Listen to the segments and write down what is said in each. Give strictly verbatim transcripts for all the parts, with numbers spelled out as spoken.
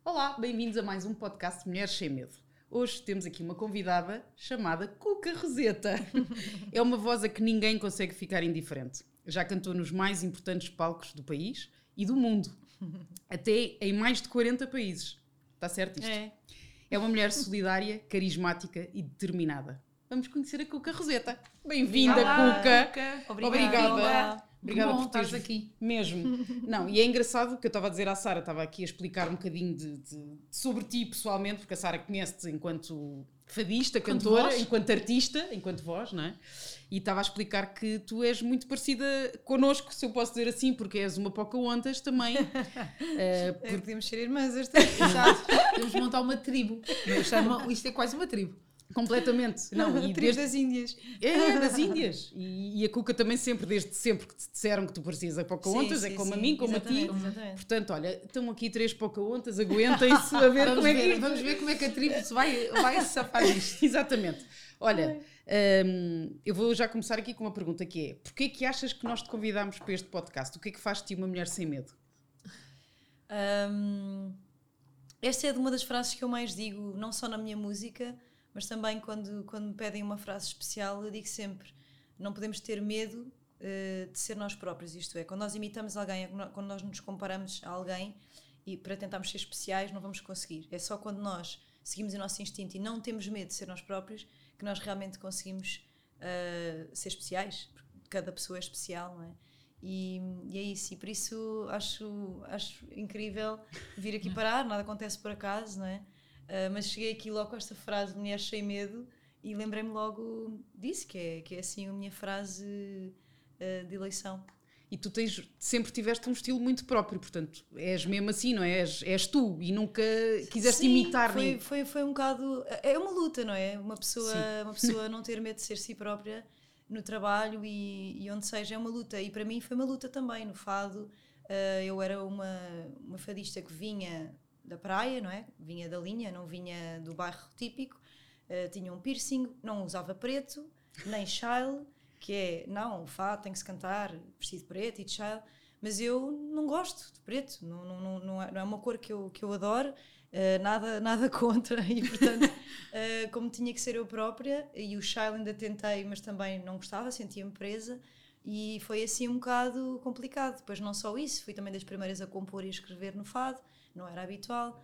Olá, bem-vindos a mais um podcast de Mulheres Sem Medo. Hoje temos aqui uma convidada chamada Cuca Roseta. É uma voz a que ninguém consegue ficar indiferente. Já cantou nos mais importantes palcos do país e do mundo. Até em mais de quarenta países. Está certo isto? É. É uma mulher solidária, carismática e determinada. Vamos conhecer a Cuca Roseta. Bem-vinda, Olá, Cuca. Cuca. Obrigada. Obrigada. Obrigada Bom, por teres estás aqui. Mesmo. Não, e é engraçado que eu estava a dizer à Sara, estava aqui a explicar um bocadinho de, de- sobre ti pessoalmente, porque a Sara conhece-te enquanto fadista, Enquanto cantora, voz. enquanto artista, enquanto voz, não é? E estava a explicar que tu és muito parecida connosco, se eu posso dizer assim, porque és uma Pocahontas também. Eh, É, por- podemos ser irmãs esta Exato. Podemos montar uma tribo. Chama, isto é quase uma tribo. completamente. Não, e tribo desde, das Índias. é, das Índias. E, e a Cuca também sempre, desde sempre que te disseram que tu parecias a Pocahontas, Sim, é sim, como a sim. mim, como a ti. Exatamente, exatamente. Portanto, olha, estão aqui três Pocahontas, aguentem-se a ver Vamos como é ver, que... vamos ver como é que a tribo se vai, vai se safar disto. Exatamente. Olha, hum, eu vou já começar aqui com uma pergunta que é: porquê que achas que nós te convidámos para este podcast? O que é que faz de ti uma mulher sem medo? Hum, esta é de uma das frases que eu mais digo, não só na minha música, mas também quando, quando me pedem uma frase especial, eu digo sempre: não podemos ter medo eh, de ser nós próprios. Isto é, quando nós imitamos alguém, quando nós nos comparamos a alguém e para tentarmos ser especiais, não vamos conseguir. É só quando nós seguimos o nosso instinto e não temos medo de ser nós próprios que nós realmente conseguimos eh, ser especiais, porque cada pessoa é especial, não é? E, e é isso, e por isso acho, acho incrível vir aqui parar, nada acontece por acaso, não é? Uh, mas cheguei aqui logo com esta frase, Mulheres Sem Medo, e lembrei-me logo disso, que é, que é assim a minha frase uh, de eleição. E tu tens, sempre tiveste um estilo muito próprio, portanto, és mesmo assim, não é? És, és tu e nunca quiseste Sim, imitar foi, nem... foi, foi um bocado, é uma luta, não é? Uma pessoa, uma pessoa não ter medo de ser si própria no trabalho e, e onde seja, é uma luta, e para mim foi uma luta também no fado. Uh, eu era uma, uma fadista que vinha da praia, não é? Vinha da linha, não vinha do bairro típico, uh, tinha um piercing, não usava preto, nem chile, que é, não, o fado tem que se cantar vestido de preto e de chile, mas eu não gosto de preto, não, não, não, não, é, não é uma cor que eu, que eu adoro, uh, nada, nada contra, e portanto, uh, como tinha que ser eu própria, e o chile ainda tentei, mas também não gostava, sentia-me presa, e foi assim um bocado complicado. Depois não só isso, fui também das primeiras a compor e a escrever no fado, não era habitual,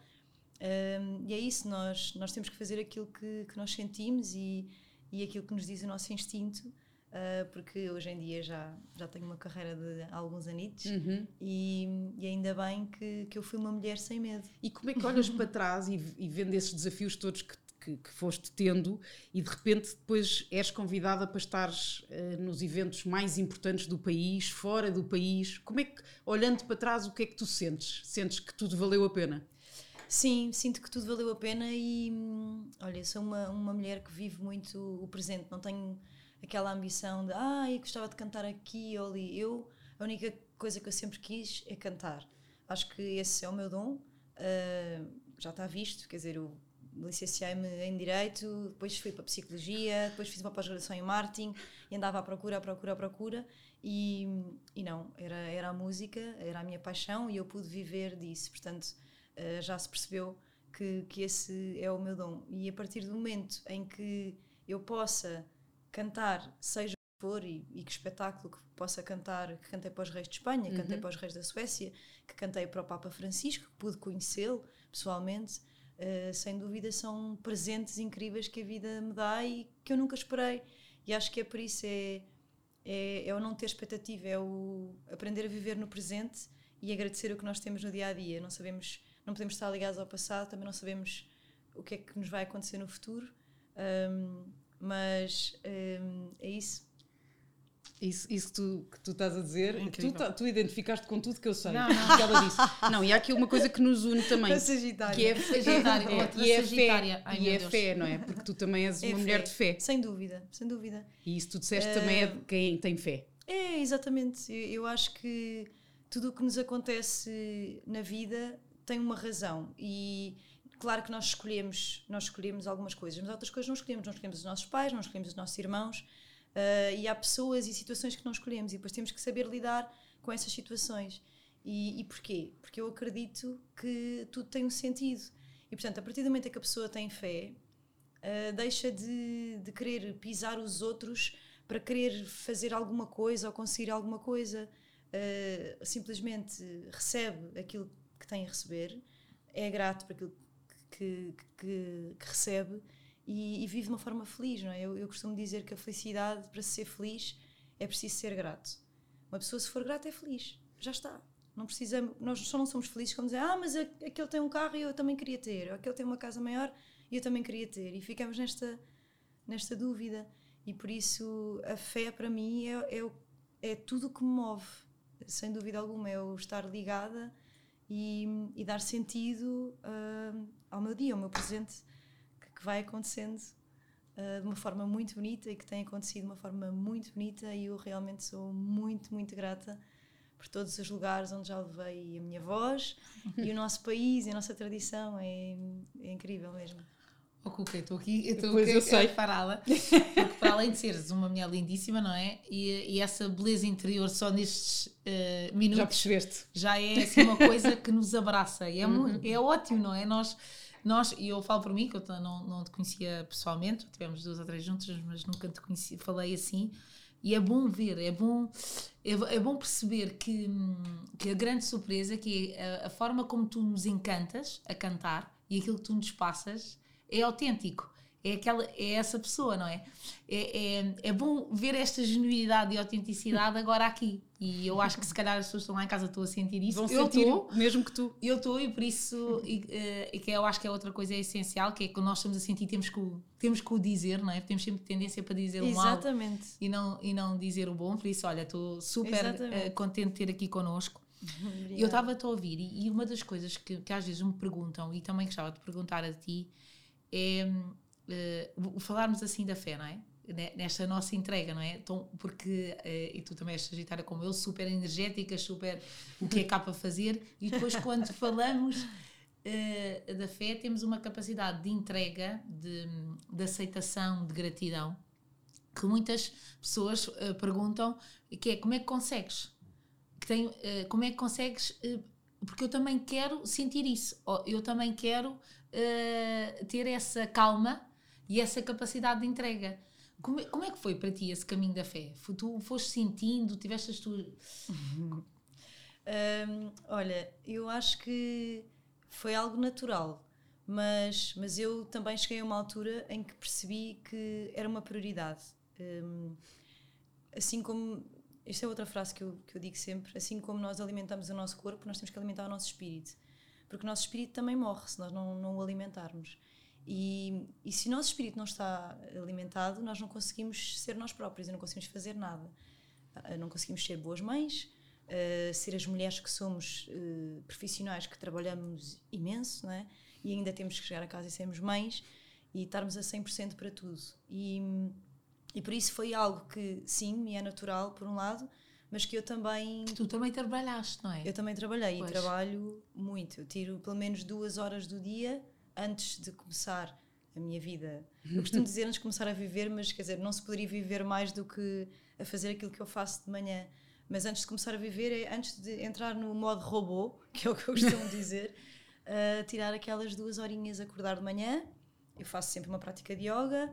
um, e é isso, nós, nós temos que fazer aquilo que, que nós sentimos e, e aquilo que nos diz o nosso instinto, uh, porque hoje em dia já, já tenho uma carreira de alguns anitos, Uhum. e, e ainda bem que, que eu fui uma mulher sem medo. E como é que olhas para trás e, e vendo esses desafios todos que, que, que foste tendo e de repente depois és convidada para estares uh, nos eventos mais importantes do país, fora do país, como é que, olhando para trás, o que é que tu sentes? Sentes que tudo valeu a pena? Sim, sinto que tudo valeu a pena e, hum, olha, sou uma, uma mulher que vive muito o presente, não tenho aquela ambição de, ah, eu gostava de cantar aqui ou ali. Eu, a única coisa que eu sempre quis é cantar. Acho que esse é o meu dom, uh, já está visto, quer dizer, eu licenciei-me em Direito, depois fui para a Psicologia, depois fiz uma pós-graduação em Marketing e andava à procura, à procura, à procura e, e não, era, era a música, era a minha paixão e eu pude viver disso, portanto uh, já se percebeu que, que esse é o meu dom. E a partir do momento em que eu possa cantar, seja o que for, e, e que espetáculo que possa cantar, que cantei para os Reis de Espanha, que cantei Uhum. para os Reis da Suécia, que cantei para o Papa Francisco, que pude conhecê-lo pessoalmente, Uh, sem dúvida são presentes incríveis que a vida me dá e que eu nunca esperei, e acho que é por isso, é, é, é o não ter expectativa, é o aprender a viver no presente e agradecer o que nós temos no dia-a-dia. Não sabemos, não podemos estar ligados ao passado, também não sabemos o que é que nos vai acontecer no futuro, um, mas um, é isso. Isso, isso que, tu, que tu estás a dizer, tu, Incrível. tá- tu identificaste com tudo que eu sei. Não, não. Que ela disse. Não, e há aqui uma coisa que nos une também. A Sagitária. Que é, Sagitária, é, outra e é Sagitária. fé, Ai, e meu é Deus. fé, não é? Porque tu também és É uma mulher de fé. Sem dúvida, sem dúvida. E isso tu disseste também é de quem tem fé. É, exatamente. Eu, eu acho que tudo o que nos acontece na vida tem uma razão e claro que nós escolhemos, nós escolhemos algumas coisas, mas outras coisas não escolhemos. Não escolhemos os nossos pais, não escolhemos os nossos irmãos, uh, e há pessoas e situações que não escolhemos e depois temos que saber lidar com essas situações. E, e porquê? Porque eu acredito que tudo tem um sentido. E, portanto, a partir do momento em que a pessoa tem fé, uh, deixa de, de querer pisar os outros para querer fazer alguma coisa ou conseguir alguma coisa. Uh, simplesmente recebe aquilo que tem a receber, é grato por aquilo que, que, que recebe e, e vive de uma forma feliz, não é? Eu, eu costumo dizer que a felicidade, para ser feliz, é preciso ser grato. Uma pessoa, se for grata, é feliz. Já está. Não precisamos, nós só não somos felizes como dizer, ah, mas aquele tem um carro e eu também queria ter, ou aquele tem uma casa maior e eu também queria ter. E ficamos nesta, nesta dúvida. E por isso a fé, para mim, é, é, é tudo o que me move. Sem dúvida alguma, é o estar ligada e, e dar sentido uh, ao meu dia, ao meu presente, que, que vai acontecendo uh, de uma forma muito bonita e que tem acontecido de uma forma muito bonita, e eu realmente sou muito, muito grata por todos os lugares onde já levei a minha voz e o nosso país e a nossa tradição. É, é incrível mesmo. Oh, Cuca, estou aqui, estou aqui parada, porque para além de seres uma mulher lindíssima, não é? E, e essa beleza interior só nestes uh, minutos já percebeste, já é assim uma coisa que nos abraça e é, uhum. muito, é ótimo, não é? Nós, nós, e eu falo por mim, que eu não, não te conhecia pessoalmente, tivemos duas ou três juntas, mas nunca te conheci, falei assim, e é bom ver, é bom, é, é bom perceber que, que a grande surpresa, que é a, a forma como tu nos encantas a cantar e aquilo que tu nos passas é autêntico, é, aquela, é essa pessoa, não é? É, é? é bom ver esta genuinidade e autenticidade agora aqui, e eu acho que se calhar as pessoas estão lá em casa, estou a sentir isso. Vão eu sentir tô, mesmo que tu. Eu estou, e por isso, e, e que eu acho que é outra coisa essencial, que é que nós estamos a sentir, temos que, o, temos que o dizer, não é? Temos sempre tendência para dizer o mal. Exatamente. E não, e não dizer o bom, por isso, olha, estou super uh, contente de ter aqui connosco. Eu estava-te a ouvir, e, e uma das coisas que, que às vezes me perguntam, e também gostava de perguntar a ti, é uh, falarmos assim da fé, não é? Nesta nossa entrega, não é? Então, porque, uh, e tu também és sagitária como eu, super energética, super o que é cá para fazer, e depois quando falamos uh, da fé, temos uma capacidade de entrega, de, de aceitação, de gratidão, que muitas pessoas uh, perguntam, que é, como é que consegues? Que tem, uh, como é que consegues? Uh, porque eu também quero sentir isso, eu também quero uh, ter essa calma e essa capacidade de entrega. Como é, como é que foi para ti esse caminho da fé? Tu foste sentindo, tiveste as tuas... Uhum. Um, olha, eu acho que foi algo natural, mas, mas eu também cheguei a uma altura em que percebi que era uma prioridade. Um, assim como... Esta é outra frase que eu, que eu digo sempre. Assim como nós alimentamos o nosso corpo, nós temos que alimentar o nosso espírito. Porque o nosso espírito também morre se nós não, não o alimentarmos. E, e se o nosso espírito não está alimentado, nós não conseguimos ser nós próprios e não conseguimos fazer nada. Não conseguimos ser boas mães, uh, ser as mulheres que somos, uh, profissionais que trabalhamos imenso, não é? E ainda temos que chegar a casa e sermos mães e estarmos a cem por cento para tudo. E... E por isso foi algo que, sim, me é natural, por um lado, mas que eu também... Que tu também trabalhaste, não é? Eu também trabalhei pois. E trabalho muito. Eu tiro pelo menos duas horas do dia antes de começar a minha vida. Eu costumo dizer antes de começar a viver, mas quer dizer, não se poderia viver mais do que a fazer aquilo que eu faço de manhã. Mas antes de começar a viver, é antes de entrar no modo robô, que é o que eu costumo dizer, uh, tirar aquelas duas horinhas, acordar de manhã. Eu faço sempre uma prática de yoga.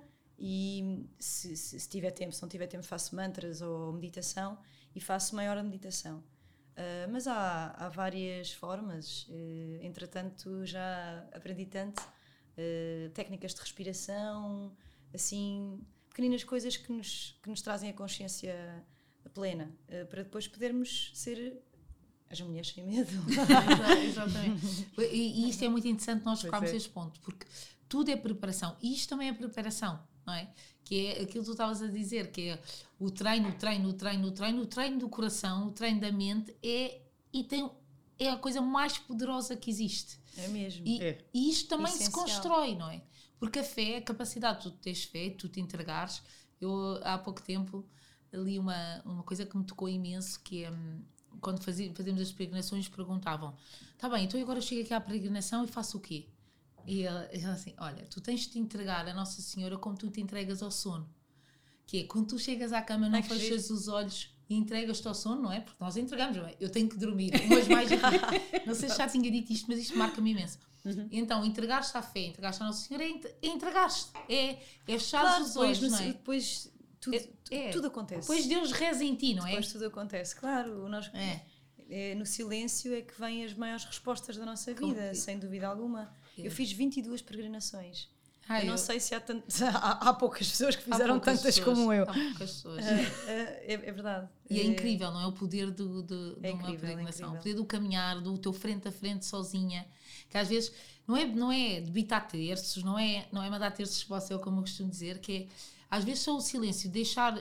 E se, se, se tiver tempo, se não tiver tempo, faço mantras ou meditação e faço meia hora de meditação. Uh, mas há, há várias formas. Uh, entretanto, já aprendi tanto uh, técnicas de respiração, assim, pequeninas coisas que nos, que nos trazem a consciência plena, uh, para depois podermos ser as mulheres sem medo. Exatamente. E, e isto é muito interessante nós focarmos neste ponto, porque tudo é preparação. E isto também é preparação. Não é? Que é aquilo que tu estavas a dizer, que é o treino, o treino, o treino, o treino, o treino do coração, o treino da mente é, e tem, é a coisa mais poderosa que existe. É mesmo. E, é. e isto também Essencial. Se constrói, não é? Porque a fé é a capacidade de tu teres fé, de tu te entregares. Eu há pouco tempo li uma, uma coisa que me tocou imenso, que é quando fazia, fazíamos as peregrinações, perguntavam, está bem, então agora eu chego aqui à peregrinação e faço o quê? E ela, ela assim, olha, tu tens de te entregar a Nossa Senhora como tu te entregas ao sono. Que é, quando tu chegas à cama, não Ai, fechas os olhos e entregas-te ao sono, não é? Porque nós entregamos, não é? Eu tenho que dormir, umas mais... não sei se já tinha dito isto, mas isto marca-me imenso. Uhum. Então, entregar-te à fé, entregar-te à Nossa Senhora é entregar-te, é, é fechar claro, os olhos, depois, não é? Depois tudo, é, é. tudo acontece. Depois Deus reza em ti, não é? Depois tudo acontece, claro. Nós, é. É, no silêncio é que vêm as maiores respostas da nossa vida, Como? sem dúvida alguma. É. Eu fiz vinte e duas peregrinações. Ah, eu não eu... sei se há, tant... há, há poucas pessoas que fizeram tantas pessoas, como eu. Há poucas pessoas. é, é verdade. E é, é incrível, não é? O poder do, do, é de uma incrível, peregrinação. É o poder do caminhar, do teu frente a frente sozinha. Que às vezes não é, não é debitar terços, não é, não é mandar terços para o céu, como eu costumo dizer, que é às vezes só o silêncio, deixar uh,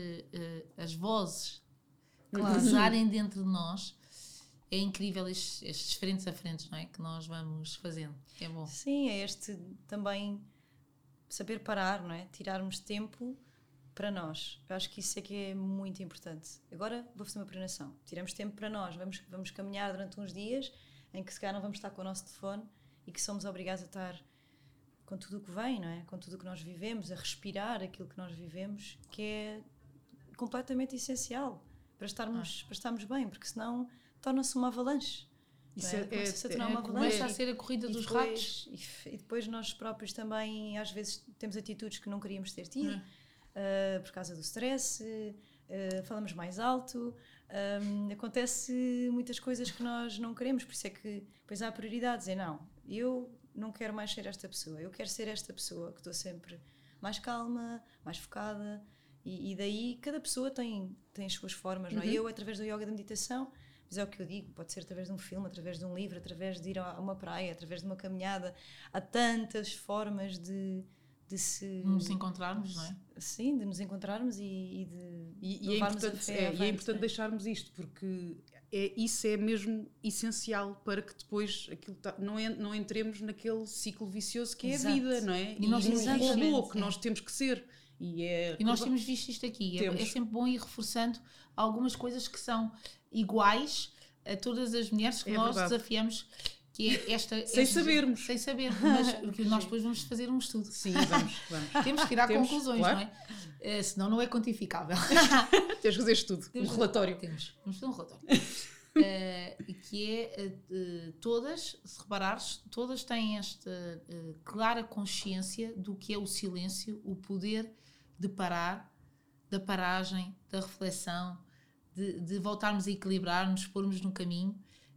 uh, as vozes claro. rezarem dentro de nós. É incrível estes, estes frentes a frentes, não é? Que nós vamos fazendo. É bom. Sim, é este também saber parar, não é? Tirarmos tempo para nós. Eu acho que isso é que é muito importante. Agora vou fazer uma peregrinação. Tiramos tempo para nós. Vamos, vamos caminhar durante uns dias em que se calhar não vamos estar com o nosso telefone e que somos obrigados a estar com tudo o que vem, não é? Com tudo o que nós vivemos, a respirar aquilo que nós vivemos, que é completamente essencial para estarmos, ah. para estarmos bem, porque senão torna-se uma avalanche. Isso é, é, é, se é, uma começa a ser a corrida e dos depois, ratos. E, e depois nós próprios também, às vezes, temos atitudes que não queríamos ter tido, hum. uh, por causa do stress, uh, falamos mais alto, um, acontece muitas coisas que nós não queremos, por isso é que depois há prioridades. É não, eu não quero mais ser esta pessoa, eu quero ser esta pessoa que estou sempre mais calma, mais focada, e, e daí cada pessoa tem, tem as suas formas, uhum. não é? Eu, através do yoga, da meditação, mas é o que eu digo, pode ser através de um filme, através de um livro, através de ir a uma praia, através de uma caminhada. Há tantas formas de, de se... nos encontrarmos, não é? Sim, de nos encontrarmos e, e de e, e é importante, é, avante, e é importante deixarmos isto, porque é, isso é mesmo essencial para que depois aquilo tá, não, en, não entremos naquele ciclo vicioso que é Exato. a vida, não é? E, nós e no robô que é. nós temos que ser. E, é, e nós temos visto isto aqui, é, é sempre bom ir reforçando algumas coisas que são iguais a todas as mulheres que é nós verdade. desafiamos, que é esta... sem esta, sabermos. Sem saber, mas porque nós depois vamos fazer um estudo. Sim, vamos. vamos. Temos que tirar temos, conclusões, claro. não é? Uh, senão não é quantificável. Temos que fazer estudo, temos, um relatório. Temos, vamos fazer um relatório. uh, que é, uh, todas, se reparares, todas têm esta uh, clara consciência do que é o silêncio, o poder de parar, da paragem, da reflexão, de, de voltarmos a equilibrar-nos, pormos no caminho.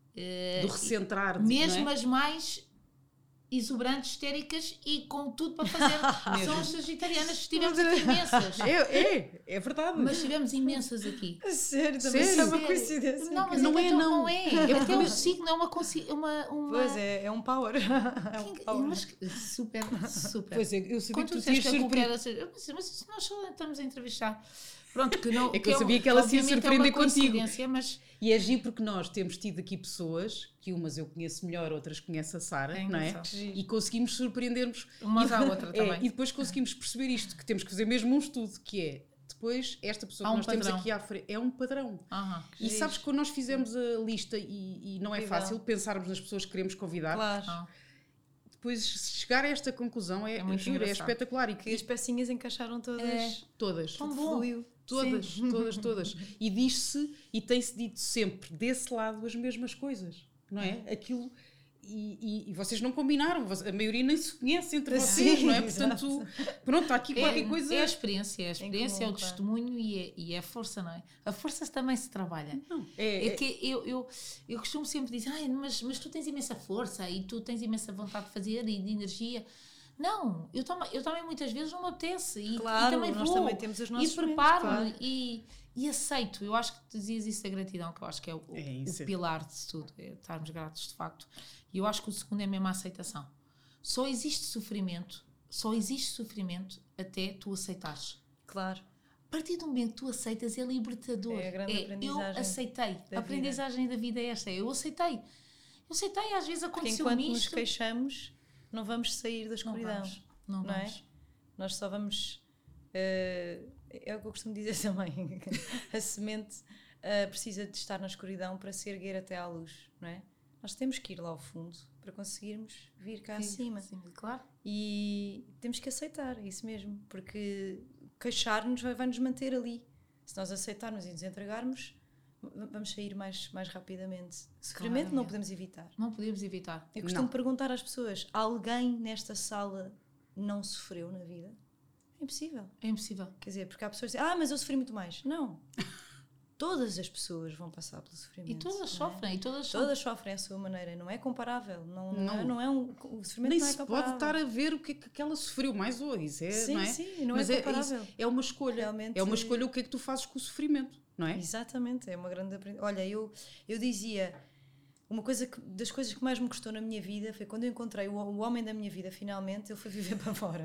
Uh, do recentrar. Mesmo não é? as mais exuberantes, histéricas e com tudo para fazer. São as sagitarianas, tivemos aqui imensas. É, é, é verdade. Mas tivemos imensas aqui. Sério, também Sério? é uma coincidência. Não, mas não é, então, não. não é. É porque é um signo, é uma, uma, uma... Pois é, é um power. É um power. Mas, super, super. Pois é, eu sabia Quando que tu tinhas surpre... ser... Mas, mas nós só estamos a entrevistar. Pronto, que não, é que, que eu sabia é, que ela se ia surpreender é contigo. Mas... E é giro porque nós temos tido aqui pessoas, que umas eu conheço melhor, outras conheço a Sara, é não é? E conseguimos surpreender-nos. Umas à outra é, também. E depois conseguimos perceber isto, que temos que fazer mesmo um estudo, que é, depois, esta pessoa Há que um nós padrão. temos aqui à frente, é um padrão. Uhum, e giro. Sabes que quando nós fizemos a lista, e, e não é fácil pensarmos nas pessoas que queremos convidar, claro. depois chegar a esta conclusão é, é, muito juro, é espetacular. E que as pecinhas encaixaram todas. É. Todas. Tão bom. Todas, Sim. todas, todas. E diz-se, e tem-se dito sempre, desse lado, as mesmas coisas, não é? Aquilo, e, e, e vocês não combinaram, a maioria nem se conhece entre vocês, Sim, não é? Portanto, exato. Pronto, está aqui qualquer é, coisa... É a experiência, é a experiência, comum, é o claro. testemunho e é, e é a força, não é? A força também se trabalha. Não, é, é que eu, eu, eu costumo sempre dizer, ah, mas, mas tu tens imensa força e tu tens imensa vontade de fazer e de energia... Não, eu também, eu também muitas vezes não me apetece e, claro, e também nós vou também temos os nossos e preparo-me claro. e, e aceito. Eu acho que tu dizias isso da gratidão, que eu acho que é o, é o pilar de tudo, é estarmos gratos de facto. E eu acho que o segundo é mesmo a aceitação. Só existe sofrimento, só existe sofrimento até tu aceitares. Claro. A partir do momento que tu aceitas é libertador. É a grande é, aprendizagem. Eu aceitei. Da a aprendizagem vida. da vida é esta. Eu aceitei. Eu aceitei, às vezes aconteceu Porque enquanto isto. nos queixamos, não vamos sair da escuridão. Não, não é? Nós só vamos... Uh, é o que eu costumo dizer também. A semente uh, precisa de estar na escuridão para se erguer até à luz, não é? Nós temos que ir lá ao fundo para conseguirmos vir cá sim, acima. Sim, claro. E temos que aceitar, é isso mesmo. Porque queixar-nos vai, vai nos manter ali. Se nós aceitarmos e nos entregarmos, vamos sair mais, mais rapidamente. Sofrimento claro, não podemos evitar. Não podemos evitar. Eu costumo não. perguntar às pessoas, alguém nesta sala não sofreu na vida? É impossível. É impossível. Quer dizer, porque há pessoas que dizem, ah, mas eu sofri muito mais. Não. Todas as pessoas vão passar pelo sofrimento. E todas sofrem. É? E todas, todas sofrem à sua maneira. Não é comparável. Não, não. não, é, não é um, o sofrimento Nem não é se comparável. pode estar a ver o que é que ela sofreu mais ou isso. É, sim, não é? sim. Não Mas é comparável. É, é uma escolha. Realmente, é uma escolha o que é que tu fazes com o sofrimento, não é? Exatamente. É uma grande aprendizagem. Olha, eu, eu dizia... Uma coisa que, das coisas que mais me custou na minha vida foi quando eu encontrei o, o homem da minha vida, finalmente, ele foi viver para fora.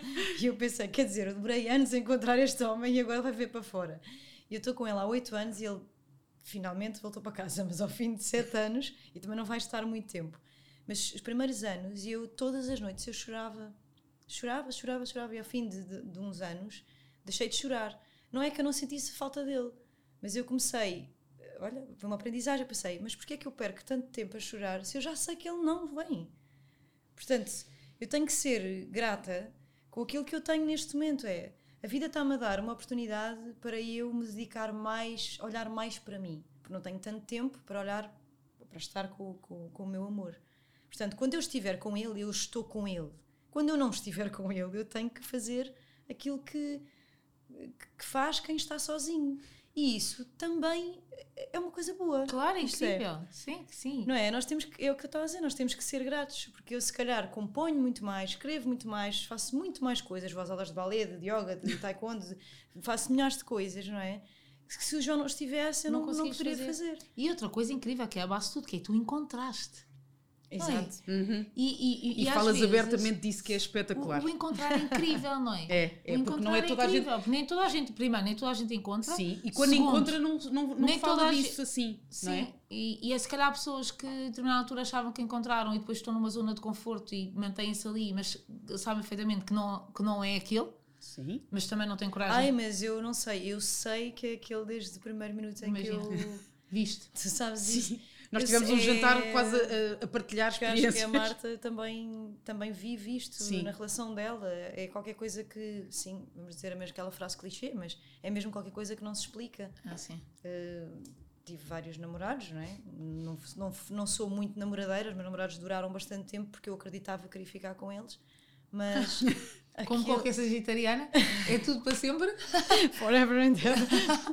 E eu pensei, quer dizer, eu demorei anos a encontrar este homem e agora ele vai viver para fora. E eu estou com ele há oito anos e ele finalmente voltou para casa, mas ao fim de sete anos, e também não vai estar muito tempo. Mas os primeiros anos, eu todas as noites eu chorava, chorava, chorava, chorava, e ao fim de, de, de uns anos deixei de chorar. Não é que eu não sentisse falta dele, mas eu comecei... Olha, foi uma aprendizagem, eu pensei, mas porquê é que eu perco tanto tempo a chorar se eu já sei que ele não vem? Portanto, eu tenho que ser grata com aquilo que eu tenho neste momento. É, a vida está-me a dar uma oportunidade para eu me dedicar mais, olhar mais para mim, porque não tenho tanto tempo para olhar, para estar com, com, com o meu amor. Portanto, quando eu estiver com ele, eu estou com ele. Quando eu não estiver com ele, eu tenho que fazer aquilo que, que faz quem está sozinho. E isso também é uma coisa boa. Claro, é incrível. É. Sim, sim. Não é? Nós temos que, é o que eu estava a dizer, nós temos que ser gratos, porque eu se calhar componho muito mais, escrevo muito mais, faço muito mais coisas, vou às aulas de balé, de yoga, de taekwondo, de, faço milhares de coisas, não é? Que se o João não estivesse, eu não, não, não poderia fazer. fazer. E outra coisa incrível, que é a base de tudo, que é tu encontraste. Exato. É? Uhum. E, e, e, e, e falas vezes, abertamente disso, que é espetacular. O, o encontrar é incrível, não é? É, é porque não é toda é a gente. Porque nem toda a gente, primeiro, nem toda a gente encontra. Sim, e quando segundo, encontra, não, não, não nem fala toda disso assim. Sim, não é? E, e é se calhar pessoas que a determinada altura achavam que encontraram e depois estão numa zona de conforto e mantêm-se ali, mas sabem perfeitamente que não, que não é aquele. Sim. Mas também não têm coragem. Ai, mas eu não sei, eu sei que é aquele desde o primeiro minuto em Imagina. que eu. Viste? Tu sabes Sim. isso? Nós tivemos um é... jantar quase a, a partilhar experiências. Acho que a Marta também, também vive isto sim. na relação dela. É qualquer coisa que, sim, vamos dizer a mesma aquela frase clichê, mas é mesmo qualquer coisa que não se explica. Ah, sim. Uh, tive vários namorados, não é? Não, não, não sou muito namoradeira, os meus namorados duraram bastante tempo porque eu acreditava que queria ficar com eles, mas... Como aquilo... qualquer sagitariana, é tudo para sempre. Forever and ever.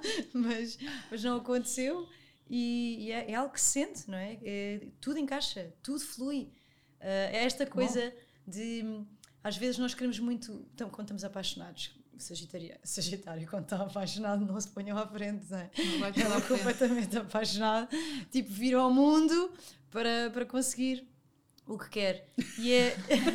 mas, mas não aconteceu. E, e é, é algo que se sente, não é? É tudo encaixa, tudo flui. Uh, é esta coisa Bom. de... Às vezes nós queremos muito... Então, quando estamos apaixonados, Sagitário, Sagitário quando está apaixonado, não se ponham à frente, não é? Não vai Ela completamente apaixonada, tipo, vira ao mundo para, para conseguir o que quer. E é...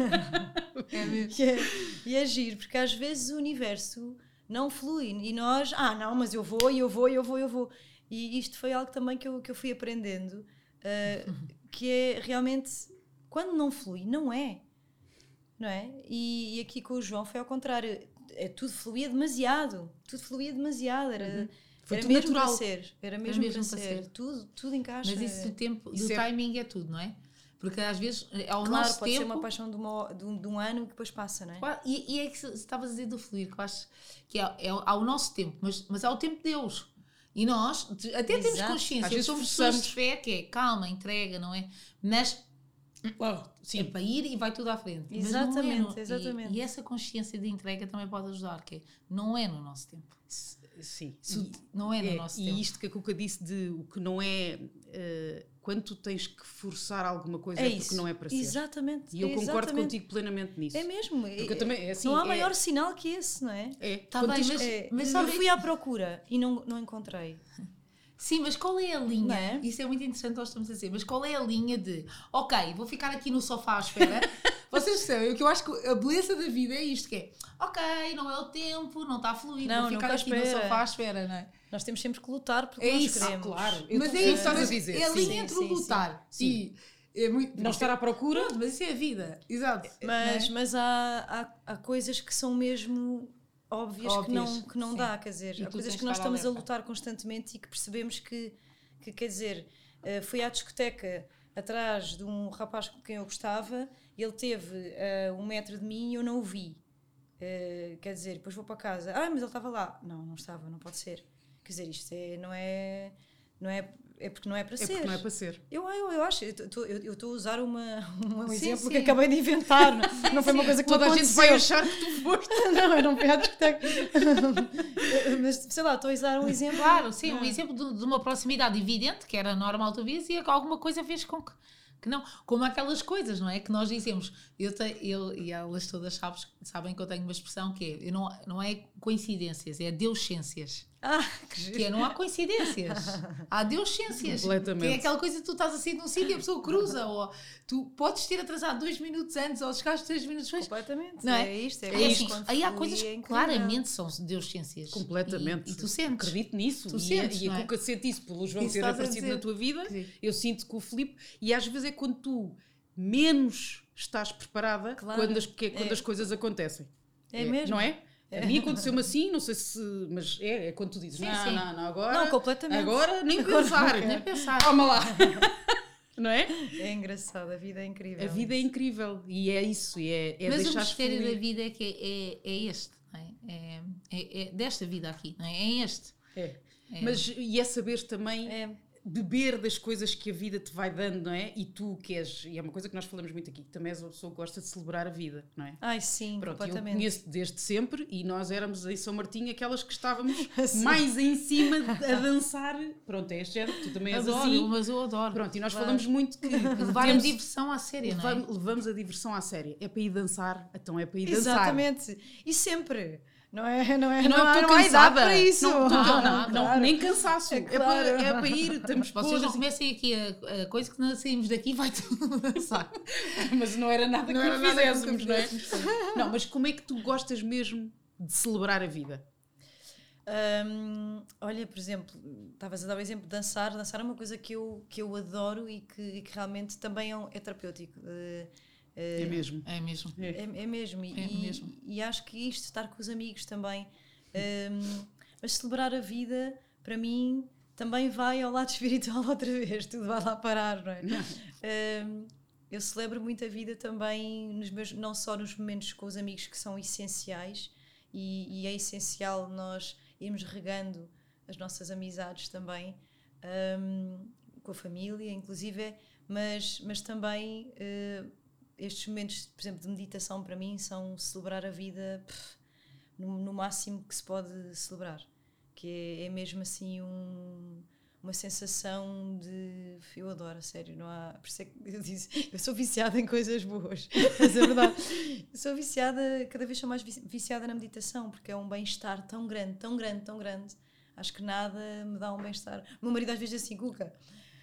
é mesmo. e, é, e é giro, porque às vezes o universo não flui. E nós, ah, não, mas eu vou, e eu vou, e eu vou, e eu vou... E isto foi algo também que eu, que eu fui aprendendo, uh, que é realmente, quando não flui, não é. Não é? E, e aqui com o João foi ao contrário. É, tudo fluía demasiado. Tudo fluía demasiado. Era, uhum. Foi era tudo mesmo natural. para ser. Era mesmo, mesmo para, para ser. ser. Tudo, tudo encaixa. Mas isso do tempo, do isso timing é... é tudo, não é? Porque às vezes ao claro, nosso pode tempo... ser uma paixão de, uma, de, um, de um ano que depois passa, não é? E, e é que se estavas a dizer do fluir, que eu acho que é, é ao nosso tempo, mas, mas ao tempo de Deus. E nós até Exato. temos consciência, somos pessoas de fé, que é calma, entrega, não é? Mas oh, sim. é para ir e vai tudo à frente. Exatamente, mas não é no, exatamente. E, e essa consciência de entrega também pode ajudar, que é, não é no nosso tempo. Sim. E, não é no é, nosso e tempo. E isto que a Cuca disse de o que não é... Uh, quando tu tens que forçar alguma coisa é, é porque não é para ser. Exatamente. E eu é concordo exatamente. contigo plenamente nisso. É mesmo. Porque eu também, é assim, não há é... maior sinal que esse, não é? É. Tá bem, tens... mas, é, mas eu fui à procura e não, não encontrei. Sim, mas qual é a linha? É? Isso é muito interessante, nós estamos a dizer, mas qual é a linha de ok, vou ficar aqui no sofá à espera. Vocês percebem, o que eu acho que a beleza da vida é isto, que é ok, não é o tempo, não está a fluir, não, vou ficar aqui no sofá à espera, não é? Nós temos sempre que lutar pelo que é nós isso, queremos. Ah, claro. Eu mas é isso que estás a dizer. É a linha sim, entre sim, o lutar sim. e é muito, não estar à procura. Pronto, mas isso é a vida, exato. Mas, é? mas há, há, há coisas que são mesmo óbvias, óbvias que não, que não dá, quer dizer, e há coisas que nós estamos alerta. a lutar constantemente e que percebemos que, que quer dizer, uh, fui à discoteca atrás de um rapaz com quem eu gostava, ele teve uh, um metro de mim e eu não o vi. Uh, quer dizer, depois vou para casa, ah, mas ele estava lá. Não, não estava, não pode ser. Quer dizer, isto é, não é... Não é É porque não é para é ser. Porque não é para ser. Eu, eu, eu acho, eu estou a usar uma, um sim, exemplo sim. que acabei de inventar. Não, sim, não foi uma coisa que toda me a gente vai achar que tu foste. Não, eu não fui à discoteca. Mas sei lá, estou a usar um exemplo. Claro, sim, um exemplo de, de uma proximidade evidente, que era normal tu vias, e que alguma coisa fez com que. Que não, como aquelas coisas, não é? Que nós dizemos, eu, te, eu e elas todas sabes, sabem que eu tenho uma expressão que é, eu não, não é coincidências, é deuscências. Ah, que, que é, não há coincidências, há deuscências. Completamente. Que é aquela coisa que tu estás assim num sítio e a pessoa cruza, ou tu podes ter atrasado dois minutos antes, ou chegaste três minutos depois. Completamente, não é? é isto. É, é isto. Assim, aí há coisas que claramente são deuscências. Completamente. E, e tu sentes. Acredito nisso. Tu e sentes, e não a é? Cuca sente isso pelo João Isso ter estás a aparecido dizer. na tua vida. Sim. Eu sinto que o Filipe, e às vezes é quando tu menos estás preparada, Claro. quando, as, que é quando É. as coisas acontecem. É mesmo. Não é? A mim aconteceu-me assim, não sei se. Mas é, é quando tu dizes, Sim, não, sim. não, não, agora. Não, completamente. Agora nem pensar. Nem pensar. Calma lá. Não é? É engraçado, a vida é incrível. A vida é incrível e é isso. E é, é Mas o deixar mistério fluir. da vida é que é, é, é este, não é? É, é, é desta vida aqui, não é? É este. É. Mas e é saber também É. beber das coisas que a vida te vai dando, não é? E tu queres, e é uma coisa que nós falamos muito aqui, que também és uma pessoa que gosta de celebrar a vida, não é? Ai, sim, Pronto, eu completamente. conheço-te desde sempre e nós éramos em São Martinho aquelas que estávamos Sim. mais em cima a dançar. Pronto, é este género, tu também és Adoro, assim. mas eu adoro. Pronto, e nós Claro. falamos muito que Levar a temos- diversão à séria, não é? levam- levamos a diversão à séria. É para ir dançar, então é para ir dançar. Exatamente. E sempre. Não é? Não é? E não, não, é há- porque não há idade cansada. para isso. Não, não, não, não, Claro. nem cansaço. É É, claro. para, é para ir, estamos Vocês não podres. comecem aqui a, a coisa que nós saímos daqui vai tudo dançar. Mas não era nada Não que era eu nada que fizéssemos, eu não é? fizéssemos, Não, mas como é que tu gostas mesmo de celebrar a vida? Hum, olha, por exemplo, estavas a dar o exemplo de dançar. Dançar é uma coisa que eu, que eu adoro e que, e que realmente também é, um- é terapêutico. Uh, É uh, mesmo. É mesmo. É. É, é mesmo. E, É mesmo. e acho que isto, estar com os amigos também. hum, mas celebrar a vida, para mim, também vai ao lado espiritual outra vez. Tudo vai lá parar, não é? Hum, eu celebro muito a vida também, nos meus, não só nos momentos com os amigos que são essenciais, e, e é essencial nós irmos regando as nossas amizades também, hum, com a família, inclusive, mas, mas também uh, estes momentos, por exemplo, de meditação para mim são celebrar a vida pff, no, no máximo que se pode celebrar, que é, é mesmo assim um, uma sensação de... Eu adoro, a sério, não há... Por isso é que eu disse, eu sou viciada em coisas boas, mas é verdade. Eu sou viciada, cada vez sou mais vici- viciada na meditação, porque é um bem-estar tão grande, tão grande, tão grande. Acho que nada me dá um bem-estar. O meu marido às vezes diz assim, Cuca,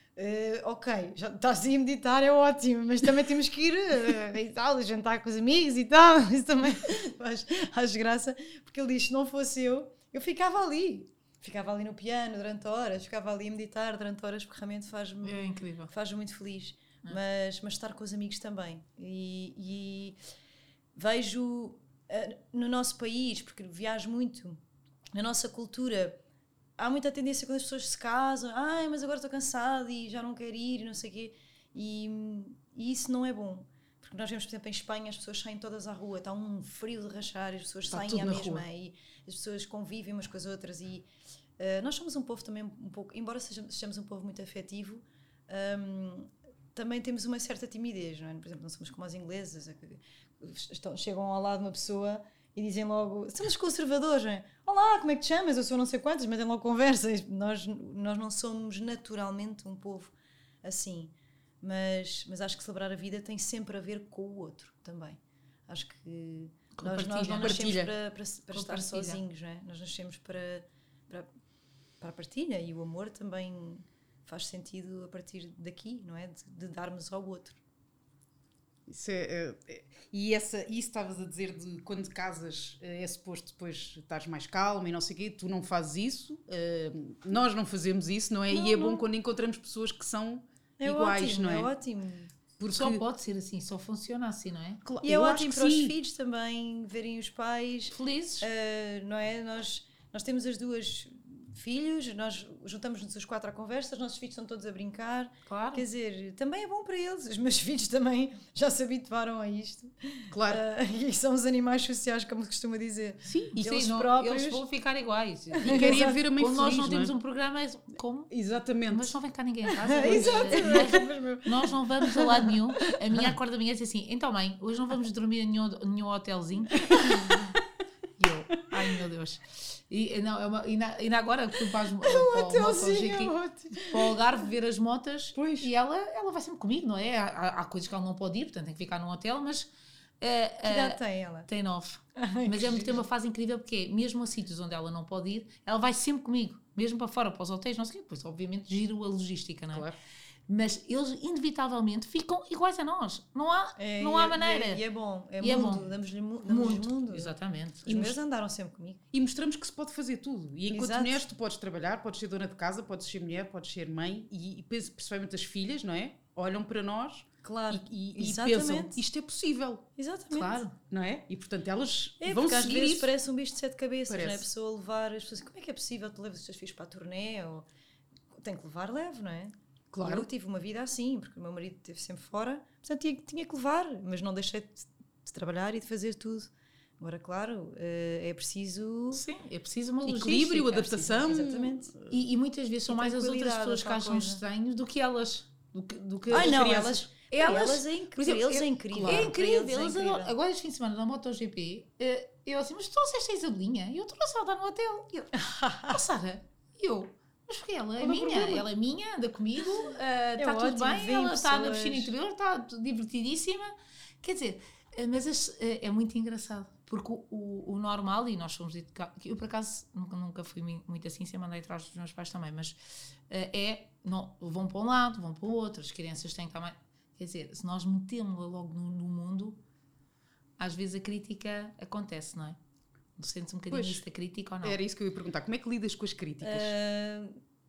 Uh, ok, já estás a meditar, é ótimo, mas também temos que ir uh, e tal, jantar com os amigos e tal. Isso também faz, faz graça, porque ele diz: se não fosse eu, eu ficava ali, ficava ali no piano durante horas, ficava ali a meditar durante horas, porque realmente faz-me É incrível. faz muito feliz. Mas, mas estar com os amigos também. E, e vejo uh, no nosso país, porque viajo muito, na nossa cultura. Há muita tendência quando as pessoas se casam, ai, mas agora estou cansada e já não quero ir e não sei o quê. E, e isso não é bom. Porque nós vemos, por exemplo, em Espanha, as pessoas saem todas à rua, está um frio de rachar, as pessoas Está saem tudo à na mesma rua. e as pessoas convivem umas com as outras. E uh, nós somos um povo também um pouco, embora sejamos, sejamos um povo muito afetivo, um, também temos uma certa timidez, não é? Por exemplo, não somos como os ingleses, que estão, chegam ao lado de uma pessoa e dizem logo, somos conservadores, não é? Olá, como é que te chamas? Eu sou não sei quantos, mas tem logo conversa. Nós, nós não somos naturalmente um povo assim, mas, mas acho que celebrar a vida tem sempre a ver com o outro também. Acho que nós, nós não nascemos Partilha. para, para, para estar Compartilha. sozinhos, não é? Nós nascemos para, para, para a partilha, e o amor também faz sentido a partir daqui, não é? De, de darmos ao outro. Isso é, é, é- e essa, isso estavas a dizer de quando te casas é suposto depois estás mais calma e não sei o quê, tu não fazes isso, eh, nós não fazemos isso, não é? Não, e é não. bom quando encontramos pessoas que são É iguais, ótimo, não é? é ótimo. Porque, Só pode ser assim, só funciona assim, não é? Claro, E é eu acho ótimo que para os sim. filhos também verem os pais, Felizes. uh, não é? Nós, nós temos as duas filhos, nós juntamos-nos os quatro à conversa, os nossos filhos estão todos a brincar. Claro. Quer dizer, também é bom para eles. Os meus filhos também já se habituaram a isto. Claro. Uh, e são os animais sociais, como se costuma dizer. Sim, e eles sim, não, próprios... eles vão ficar iguais. E querem ver a mãe Como feliz, nós não temos não é? um programa, é como? Exatamente. Mas não vem cá ninguém em casa. Exato. nós, nós não vamos a lado nenhum. A minha acorda a minha e diz assim, então mãe, hoje não vamos dormir em nenhum, nenhum hotelzinho. E eu, ai meu Deus. E, não, é uma, e, na, e na agora fui para, as, para, o hotelzinho aqui, é para o Algarve ver as motas. Pois. E ela, ela vai sempre comigo, não é? Há, há coisas que ela não pode ir, portanto tem que ficar num hotel, mas... Uh, Que idade tem ela? Tem nove. Ai, Mas que é muito giro. uma fase incrível porque mesmo a sítios onde ela não pode ir, ela vai sempre comigo, mesmo para fora, para os hotéis, não sei o quê. Depois, obviamente, giro a logística, não é? Claro. Mas eles, inevitavelmente, ficam iguais a nós. Não há, É, não há e é- maneira. E é, e é bom. É E é mundo. bom. Damos-lhe mu- damos-lhes Muito. mundo. Exatamente. Os meus andaram sempre comigo. E mostramos que se pode fazer tudo. E enquanto Exato. mulheres, tu podes trabalhar, podes ser dona de casa, podes ser mulher, podes ser mãe. E, e penso, principalmente as filhas, não é? Olham para nós Claro. e, e, e Exatamente. pensam, isto é possível, Exatamente. Claro. não é? E portanto elas É, vão porque às seguir vezes isso. parece um bicho de sete cabeças, Parece. não é? A pessoa levar as pessoas. Como é que é possível? Tu levas os teus filhos para a turnê? Ou... Tem que levar, leve, não é? Claro. Eu tive uma vida assim, porque o meu marido esteve sempre fora, portanto tinha, tinha que levar, mas não deixei de, de trabalhar e de fazer tudo. Agora, claro, eh, é preciso. Sim, é preciso uma Equilíbrio, logística. adaptação. Exatamente. E, e muitas vezes são E mais as outras tranquilidade, pessoas que tal acham coisa. estranhos do que elas. Do que, do que Ai as não, crianças. elas. Elas, Elas é incrível. por exemplo, Eles é eu- incrível. claro. É Para incrível, eles é eles incrível. adoram. Agora este fim de semana na MotoGP, eh, eu assim, mas tu trouxeste a Isabelinha? E eu trouxe ela está no hotel. E eu, oh Sara, e eu, mas porque ela é Qual é o minha, problema? ela é minha, anda comigo, eh, está tudo ótimo, bem, vêm ela está na pessoas. piscina interior, está divertidíssima. Quer dizer, eh, mas as- eh, é muito engraçado, porque o, o, o normal, e nós somos educados, eu por acaso nunca, nunca fui mi- muito assim, sempre andei atrás dos meus pais também, mas eh, é, não, vão para um lado, vão para o outro, as crianças têm que estar mais... Quer dizer, se nós metemos-la logo no, no mundo, às vezes a crítica acontece, não é? Sentes um bocadinho Pois. isso da crítica ou não? Era isso que eu ia perguntar. Como é que lidas com as críticas? Ah,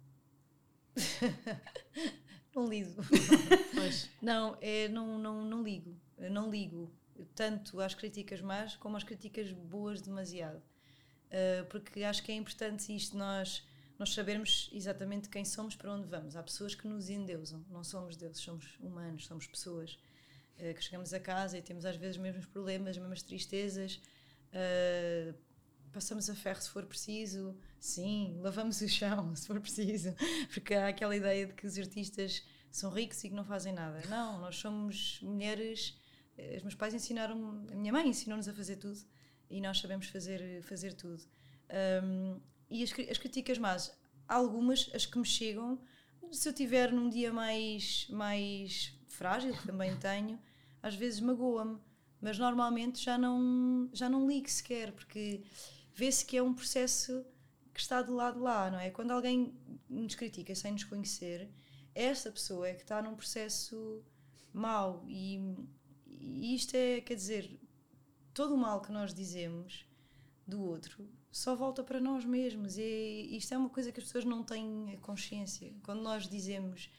não lido. Pois. Não, é, não, não, não ligo. Eu não ligo tanto às críticas más como às críticas boas demasiado. Uh, porque acho que é importante isto, nós, nós sabermos exatamente quem somos, para onde vamos. Há pessoas que nos endeusam, não somos deuses, somos humanos, somos pessoas uh, que chegamos a casa e temos às vezes os mesmos problemas, as mesmas tristezas, uh, passamos a ferro se for preciso, sim, lavamos o chão se for preciso, porque há aquela ideia de que os artistas são ricos e que não fazem nada. Não, nós somos mulheres, uh, os meus pais ensinaram, a minha mãe ensinou-nos a fazer tudo, e nós sabemos fazer, fazer tudo. Um, e as, as críticas más, algumas, as que me chegam, se eu tiver num dia mais, mais frágil, que também tenho, às vezes magoa-me, mas normalmente já não, já não ligo sequer, porque vê-se que é um processo que está do lado de lá, não é? Quando alguém nos critica sem nos conhecer, essa pessoa é que está num processo mau, e, e isto é, quer dizer... todo o mal que nós dizemos do outro só volta para nós mesmos, e isto é uma coisa que as pessoas não têm consciência. Quando nós dizemos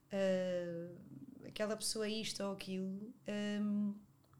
uh, aquela pessoa é isto ou aquilo, um,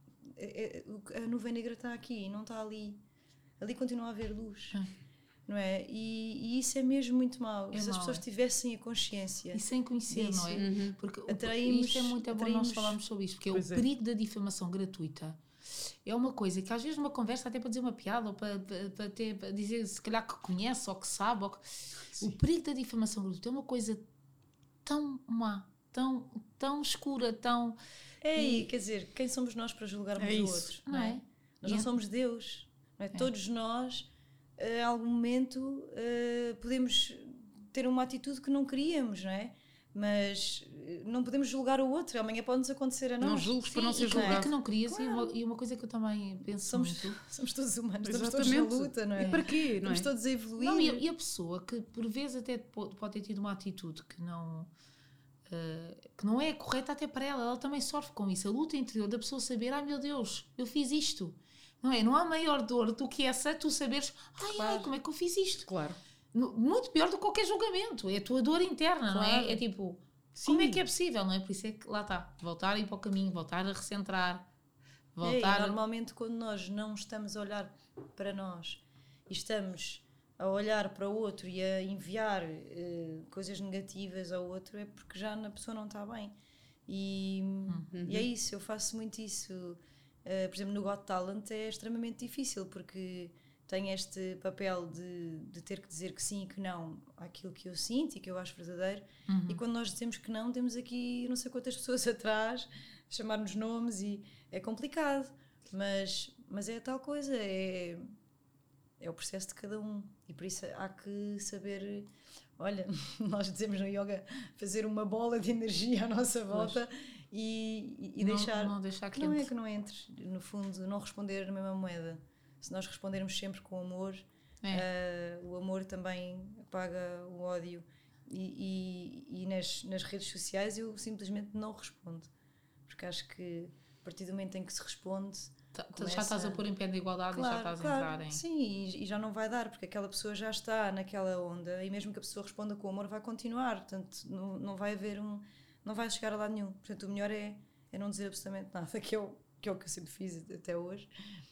a, a nuvem negra está aqui, não está ali. Ali continua a haver luz, Ah. não é? E, e isso é mesmo muito mau. É Se as mau, pessoas é. tivessem a consciência... E sem conhecer, Isso. não é? Uhum. Porque o- Atraímos- isto é muito bom atraímos- nós falarmos sobre isto, porque Pois o é. perigo da difamação gratuita é uma coisa que às vezes numa conversa, até para dizer uma piada ou para, para, para, ter, para dizer se calhar que conhece ou que sabe, ou que... o perigo da difamação gratuita é uma coisa tão má, tão, tão escura, tão... É, E- e, quer dizer, quem somos nós para julgarmos É o isso. outro? Não é? Nós E não é- somos Deus, não é? Todos nós, eh, a algum momento, eh, podemos ter uma atitude que não queríamos, não é? Mas eh, não podemos julgar o outro, amanhã pode-nos acontecer a nós. Não julgues para não Sim, ser e que- é julgado. que não querias, e, Claro. uma, e uma coisa que eu também penso Somos, muito... somos todos humanos, estamos todos Exatamente. na luta, não é? E para quê? Não é? Estamos todos a evoluir. Não, e, a- e a pessoa que por vezes até pode, pode ter tido uma atitude que não, eh, que não é correta até para ela, ela também sofre com isso. A luta interior da pessoa saber, ai meu Deus, eu fiz isto. Não é? Não há maior dor do que essa, tu saberes, ai, ai, Claro. como é que eu fiz isto? Claro. No- Muito pior do que qualquer julgamento. É a tua dor interna, não Claro. é? É tipo, Sim. como é que é possível, não é? Por isso é que lá está, voltar a ir para o caminho, voltar a recentrar, É, e voltar... normalmente quando nós não estamos a olhar para nós e estamos a olhar para o outro e a enviar uh, coisas negativas ao outro, é porque já na pessoa não está bem. E, uhum. e é isso, eu faço muito isso. Uh, por exemplo, no Got Talent é extremamente difícil, porque tenho este papel de, de ter que dizer que sim e que não àquilo que eu sinto e que eu acho verdadeiro. Uhum. E quando nós dizemos que não, temos aqui não sei quantas pessoas atrás a chamar-nos nomes e é complicado. Mas, mas é a tal coisa, é, é o processo de cada um. E por isso há que saber... Olha, nós dizemos no yoga fazer uma bola de energia à nossa volta e, e, e não, deixar... Não deixar que não entre. é que não entre, no fundo, não responder na mesma moeda. Se nós respondermos sempre com amor, é. uh, o amor também apaga o ódio. E, e, e nas, nas redes sociais eu simplesmente não respondo. Porque acho que a partir do momento em que se responde... Começa... Já estás a pôr em pé de igualdade, claro, e já estás claro, a entrar em... Sim, e, e já não vai dar, porque aquela pessoa já está naquela onda e mesmo que a pessoa responda com amor vai continuar. Portanto, não, não vai haver um... Não vai chegar a lado nenhum. Portanto, o melhor é, é não dizer absolutamente nada, que é, o, que é o que eu sempre fiz até hoje.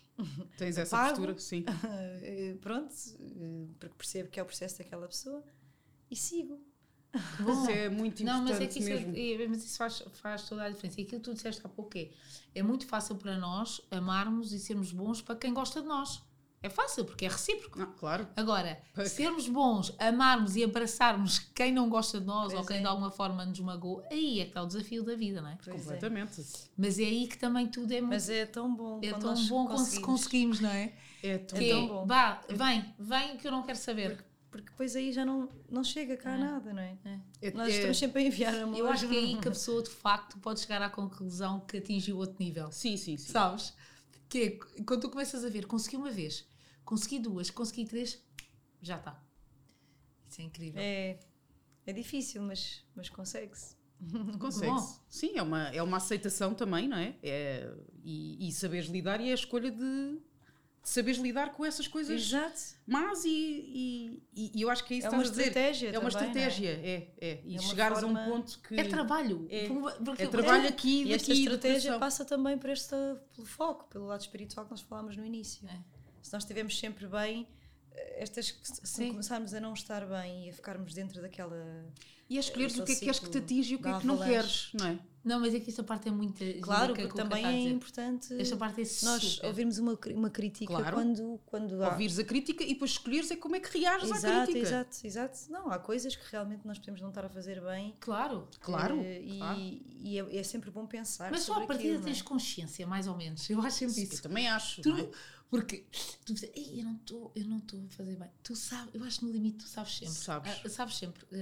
Tens essa Pago, postura, sim. Pronto, porque percebo que é o processo daquela pessoa e sigo. Bom, isso é muito importante. Não, mas é que isso, mesmo. É, mas isso faz, faz toda a diferença. E aquilo que tu disseste há pouco é, é muito fácil para nós amarmos e sermos bons para quem gosta de nós. É fácil, porque é recíproco. Não, claro. Agora, porque... sermos bons, amarmos e abraçarmos quem não gosta de nós, pois ou quem é. de alguma forma nos magoou, aí é que está o desafio da vida, não é? Pois completamente. É. Mas é aí que também tudo é muito... Mas é tão bom é quando tão nós bom conseguimos. conseguimos, não é? É tão, que é tão bom. Vá, vem, vem que eu não quero saber. Porque, porque depois aí já não, não chega cá é. nada, não é? é. é nós é. estamos sempre a enviar amor. Eu acho que é aí que a pessoa, de facto, pode chegar à conclusão que atingiu outro nível. Sim, sim, sim. Sabes? Que é, quando tu começas a ver, consegui uma vez... Consegui duas, consegui três, já está. Isso é incrível. É, é difícil, mas, mas consegue-se. Consegue-se. Sim, é uma, é uma aceitação também, não é? é e, e saberes lidar e é a escolha de, de saberes lidar com essas coisas Exato. más e, e, e eu acho que é isso é que uma estás a dizer. estratégia. É uma também, estratégia, é? É, é. E é chegares forma... a um ponto que... É trabalho. É, porque, é trabalho é, aqui e daqui, esta estratégia educação. passa também por este, pelo foco, pelo lado espiritual que nós falámos no início. É. Se nós estivermos sempre bem, estas, se começarmos a não estar bem e a ficarmos dentro daquela... E a escolheres o que é que queres que te atinge e o que é que não queres, não é? Não, mas é que esta parte é muito... Claro, porque também é importante esta parte é nós super. ouvirmos uma, uma crítica claro. quando, quando há... Ouvires a crítica e depois escolheres é como é que reages exato, à crítica. Exato, exato. Não, há coisas que realmente nós podemos não estar a fazer bem. Claro, claro. E, claro. e é, é sempre bom pensar mas sobre só a partir de aquilo, tens consciência, mais ou menos. Eu acho sempre Sim, isso. Eu também acho. Tu, não é? Porque tu dizes, eu não estou eu não estou a fazer bem. Tu sabes, eu acho que no limite tu sabes sempre. Sabes. Uh, sabes sempre. Uh,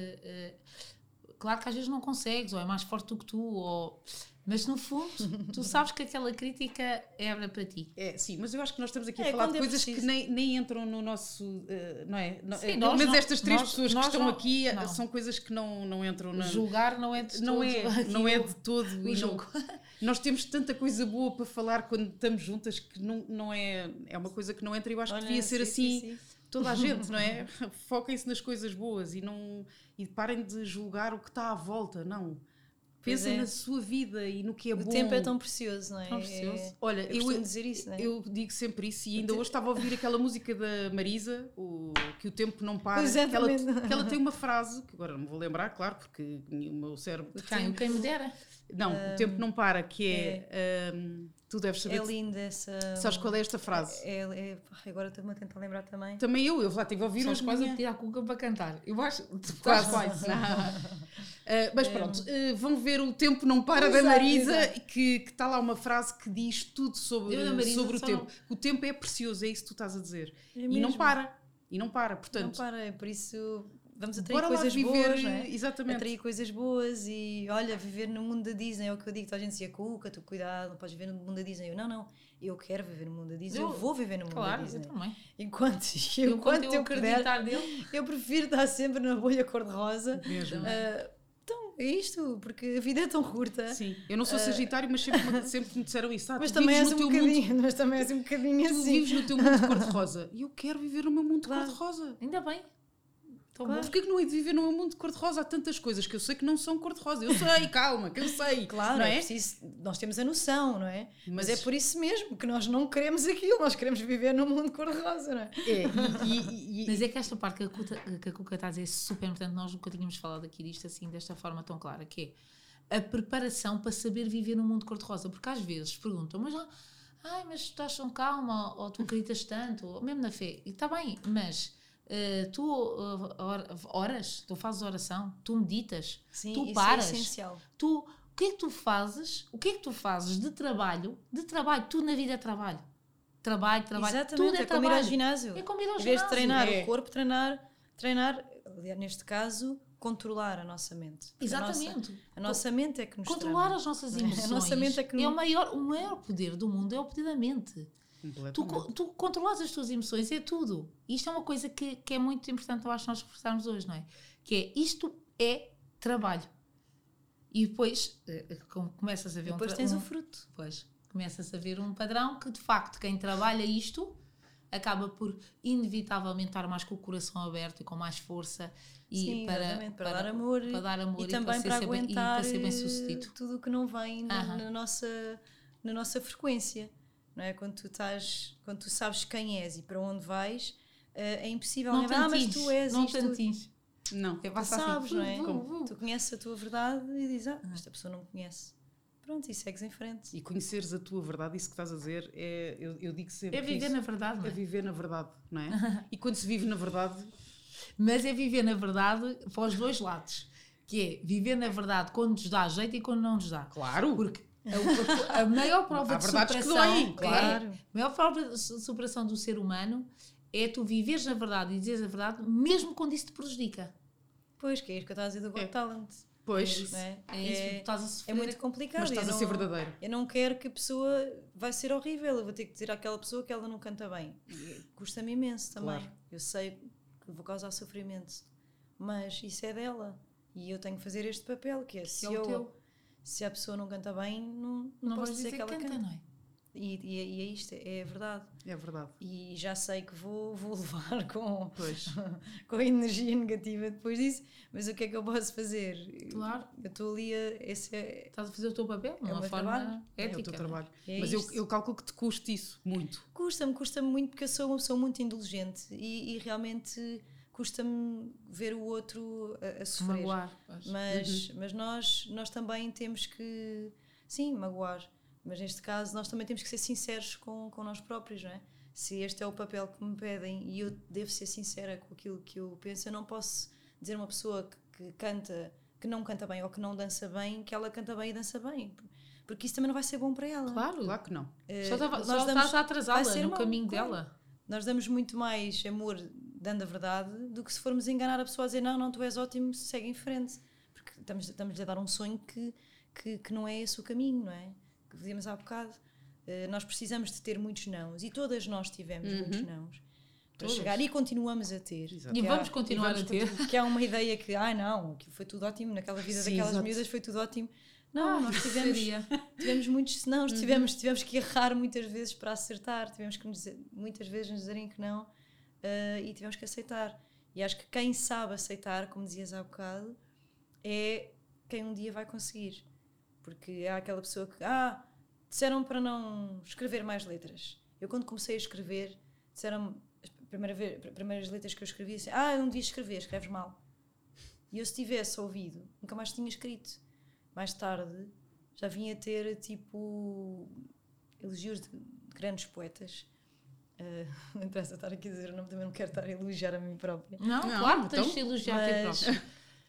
uh, claro que às vezes não consegues, ou é mais forte do que tu, ou... mas no fundo tu sabes que aquela crítica é para ti. É, sim, mas eu acho que nós estamos aqui a é, falar de é coisas preciso. que nem, nem entram no nosso, uh, não é? Sim, Pelo menos não, estas três nós, pessoas nós que estão não, aqui não. são coisas que não, não entram na... Julgar não é de não todo. É, não é de todo o e jogo. Não, nós temos tanta coisa boa para falar quando estamos juntas que não, não é... É uma coisa que não entra e eu acho Olha, que devia ser sim, assim sim, sim. toda a gente, não é? Foquem-se nas coisas boas e, não, e parem de julgar o que está à volta, não. Pensem é. na sua vida e no que é o bom. O tempo é tão precioso, não é? Tão precioso. É, Olha, eu, eu, dizer isso, não é? eu digo sempre isso e ainda hoje estava a ouvir aquela música da Marisa, o, que o tempo não para. Que ela, que ela tem uma frase, que agora não me vou lembrar, claro, porque o meu cérebro... Quem? O quem me dera? Não, um, o tempo não para, que é... é. Um, tu deves saber... É linda essa... Sabes qual é esta frase? É, é, é, agora estou-me a tentar lembrar também. Também eu, eu já estive a ouvir... Estás quase minha... a tirar a cuca para cantar. Eu acho... Quase, quase. Uh, mas pronto, uh, vão ver o Tempo Não Para exato, da Marisa, que, que está lá uma frase que diz tudo sobre, Marisa, sobre o tempo. Não... O tempo é precioso, é isso que tu estás a dizer. É e não para, e não para, portanto... Não para, é por isso vamos atrair bora coisas viver, boas, não é? Exatamente. Atrair coisas boas e, olha, viver no mundo da Disney, é o que eu digo, toda a gente dizia, Cuca, tu cuidado, não podes viver no mundo da Disney. Eu, não, não, eu quero viver no mundo da Disney, eu, eu vou viver no mundo claro, da Disney. Eu também. Enquanto eu, enquanto eu, eu puder, dele. eu prefiro estar sempre na bolha cor-de-rosa. Mesmo. Uh, então, é isto, porque a vida é tão curta. Sim, eu não sou Sagitário, uh, mas sempre me, sempre me disseram isso. Ah, mas, também és um mundo, mas também és um bocadinho tu assim. Tu vives no teu mundo cor-de-rosa e eu quero viver no meu mundo claro. cor-de-rosa. Ainda bem. Tão Claro. bom. Porquê que não é de viver num mundo de cor-de-rosa? Há tantas coisas que eu sei que não são cor-de-rosa. Eu sei, calma, que eu sei. Claro, não é é? preciso, nós temos a noção, não é? Mas, Mas- é por isso mesmo que nós não queremos aquilo, nós queremos viver num mundo cor-de-rosa, não é? É, e, e- e- Mas é que esta parte que a, Cuca, que a Cuca está a dizer é super importante. Nós nunca tínhamos falado aqui disto assim, desta forma tão clara, que é a preparação para saber viver num mundo cor-de-rosa. Porque às vezes perguntam, mas, ah, ai, mas tu estás tão calma, ou tu acreditas tanto, ou mesmo na fé. E está bem, mas uh, tu uh, oras, tu fazes oração, tu meditas, Sim, tu isso paras. é essencial. Tu, o que é que tu fazes? O que é que tu fazes de trabalho? De trabalho, tudo na vida é trabalho. Trabalho, trabalho, Exatamente, tudo é, é como ir trabalho. ao ginásio. É como ir ao Em vez de ginásio. treinar É. o corpo, treinar, treinar, aliás, neste caso, controlar a nossa mente. Porque Exatamente. A nossa, a nossa mente é que nos Controlar trama. as nossas A emoções. nossa mente é que é o nos- maior, o maior poder do mundo é o poder da mente. Tu, Completamente. co- tu controlas as tuas emoções, é tudo. Isto é uma coisa que, que é muito importante, eu acho, nós reforçarmos hoje, não é? Que é, isto é trabalho. E depois, eh, com- começas a ver Depois um... tra- tens um, o fruto. Pois, começas a ver um padrão que, de facto, quem trabalha isto acaba por, inevitavelmente, estar mais com o coração aberto e com mais força. E Sim, para, exatamente, para, dar amor, para dar amor e, e, também ser para ser bem- e aguentar para ser bem eh, sucedido. tudo o que não vem na, Aham. na nossa, na nossa frequência. Não é? Quando tu estás, quando tu sabes quem és e para onde vais, eh, é impossível Não alguém dizer, ah, mas tantinhos, tu és não isto. tantinhos. Não. É Tu passa sabes, assim, não é? vum, vum. Tu conheces a tua verdade e dizes, ah, esta pessoa não me conhece. Pronto, e segues em frente. E conheceres a tua verdade, isso que estás a dizer, é, eu, eu digo sempre É viver isso. na verdade, não É é? viver na verdade, não é? E quando se vive na verdade, Mas é viver na verdade para os dois lados. Que é viver na verdade quando nos dá jeito e quando não nos dá. claro, Porque a, a- a maior prova Há de verdades que superação, doem, claro. é, a maior prova de su- superação do ser humano é tu viveres na verdade e dizeres a verdade, mesmo quando isso te prejudica. Pois, que é isso que eu estava a dizer do Got É. Talent. pois, Não é? É isso que tu É, estás a sofrer. é muito complicado. mas estás eu a ser não- verdadeiro. Eu não quero que a pessoa vai ser horrível. Eu vou ter que dizer àquela pessoa que ela não canta bem. E custa-me imenso também. Claro. Eu sei que vou causar sofrimento, mas isso é dela. E eu tenho que fazer este papel, que é se, É o eu, teu. se a pessoa não canta bem, não, não, Não posso vais dizer, dizer que ela que canta. canta, não é? E, e, é- e é isto, é a verdade. É verdade. E já sei que vou, vou levar com, Pois. com a energia negativa depois disso, mas o que é que eu posso fazer? Claro. Eu estou ali a. Esse é, Estás a fazer o teu papel, de É o uma meu forma trabalho. É o ética. teu trabalho. É Mas eu, isto. eu calculo que te custe isso muito. Custa-me, custa-me muito porque eu sou uma pessoa muito indulgente e, e realmente custa-me ver o outro a, a sofrer. Magoar. pois. Mas, mas nós, nós também temos que, sim, magoar. Mas neste caso nós também temos que ser sinceros com, com nós próprios, não é? Se este é o papel que me pedem e eu devo ser sincera com aquilo que eu penso, eu não posso dizer a uma pessoa que, que canta, que não canta bem ou que não dança bem, que ela canta bem e dança bem. Porque isso também não vai ser bom para ela. Claro. Claro que não. Eh, Só, tava- nós só damos- estás a atrasá-la vai ser no mau, caminho claro. dela. Nós damos muito mais amor dando a verdade do que se formos enganar a pessoa a dizer não, não, tu és ótimo, segue em frente. Porque estamos, estamos a dar um sonho que, que, que não é esse o caminho, não é? Que dizíamos há bocado. Uh, nós precisamos de ter muitos nãos e todas nós tivemos Uhum. muitos nãos para Todas. chegar e continuamos a ter. Exato. E Que vamos há- continuar e vamos a ter. Que há uma ideia que, ai não, que foi tudo ótimo naquela vida Sim, daquelas exato. miúdas, foi tudo ótimo. Não, nós tivemos, Seria. tivemos muitos nãos, Uhum. tivemos, tivemos que errar muitas vezes para acertar, tivemos que nos dizer, muitas vezes nos dizerem que não uh, e tivemos que aceitar. E acho que quem sabe aceitar, como dizias há bocado, é quem um dia vai conseguir. Porque há aquela pessoa que, ah, disseram para não escrever mais letras. Eu quando comecei a escrever, disseram as primeira vez, primeiras letras que eu escrevi, assim, ah, eu não devia escrever, escreves mal. E eu se tivesse ouvido, nunca mais tinha escrito. Mais tarde, já vinha ter, tipo, elogios de grandes poetas. Uh, não interessa estar aqui a dizer o nome, também não quero estar a elogiar a mim própria. Não, Não, claro que tens então, de elogiar a ti mas- próprio.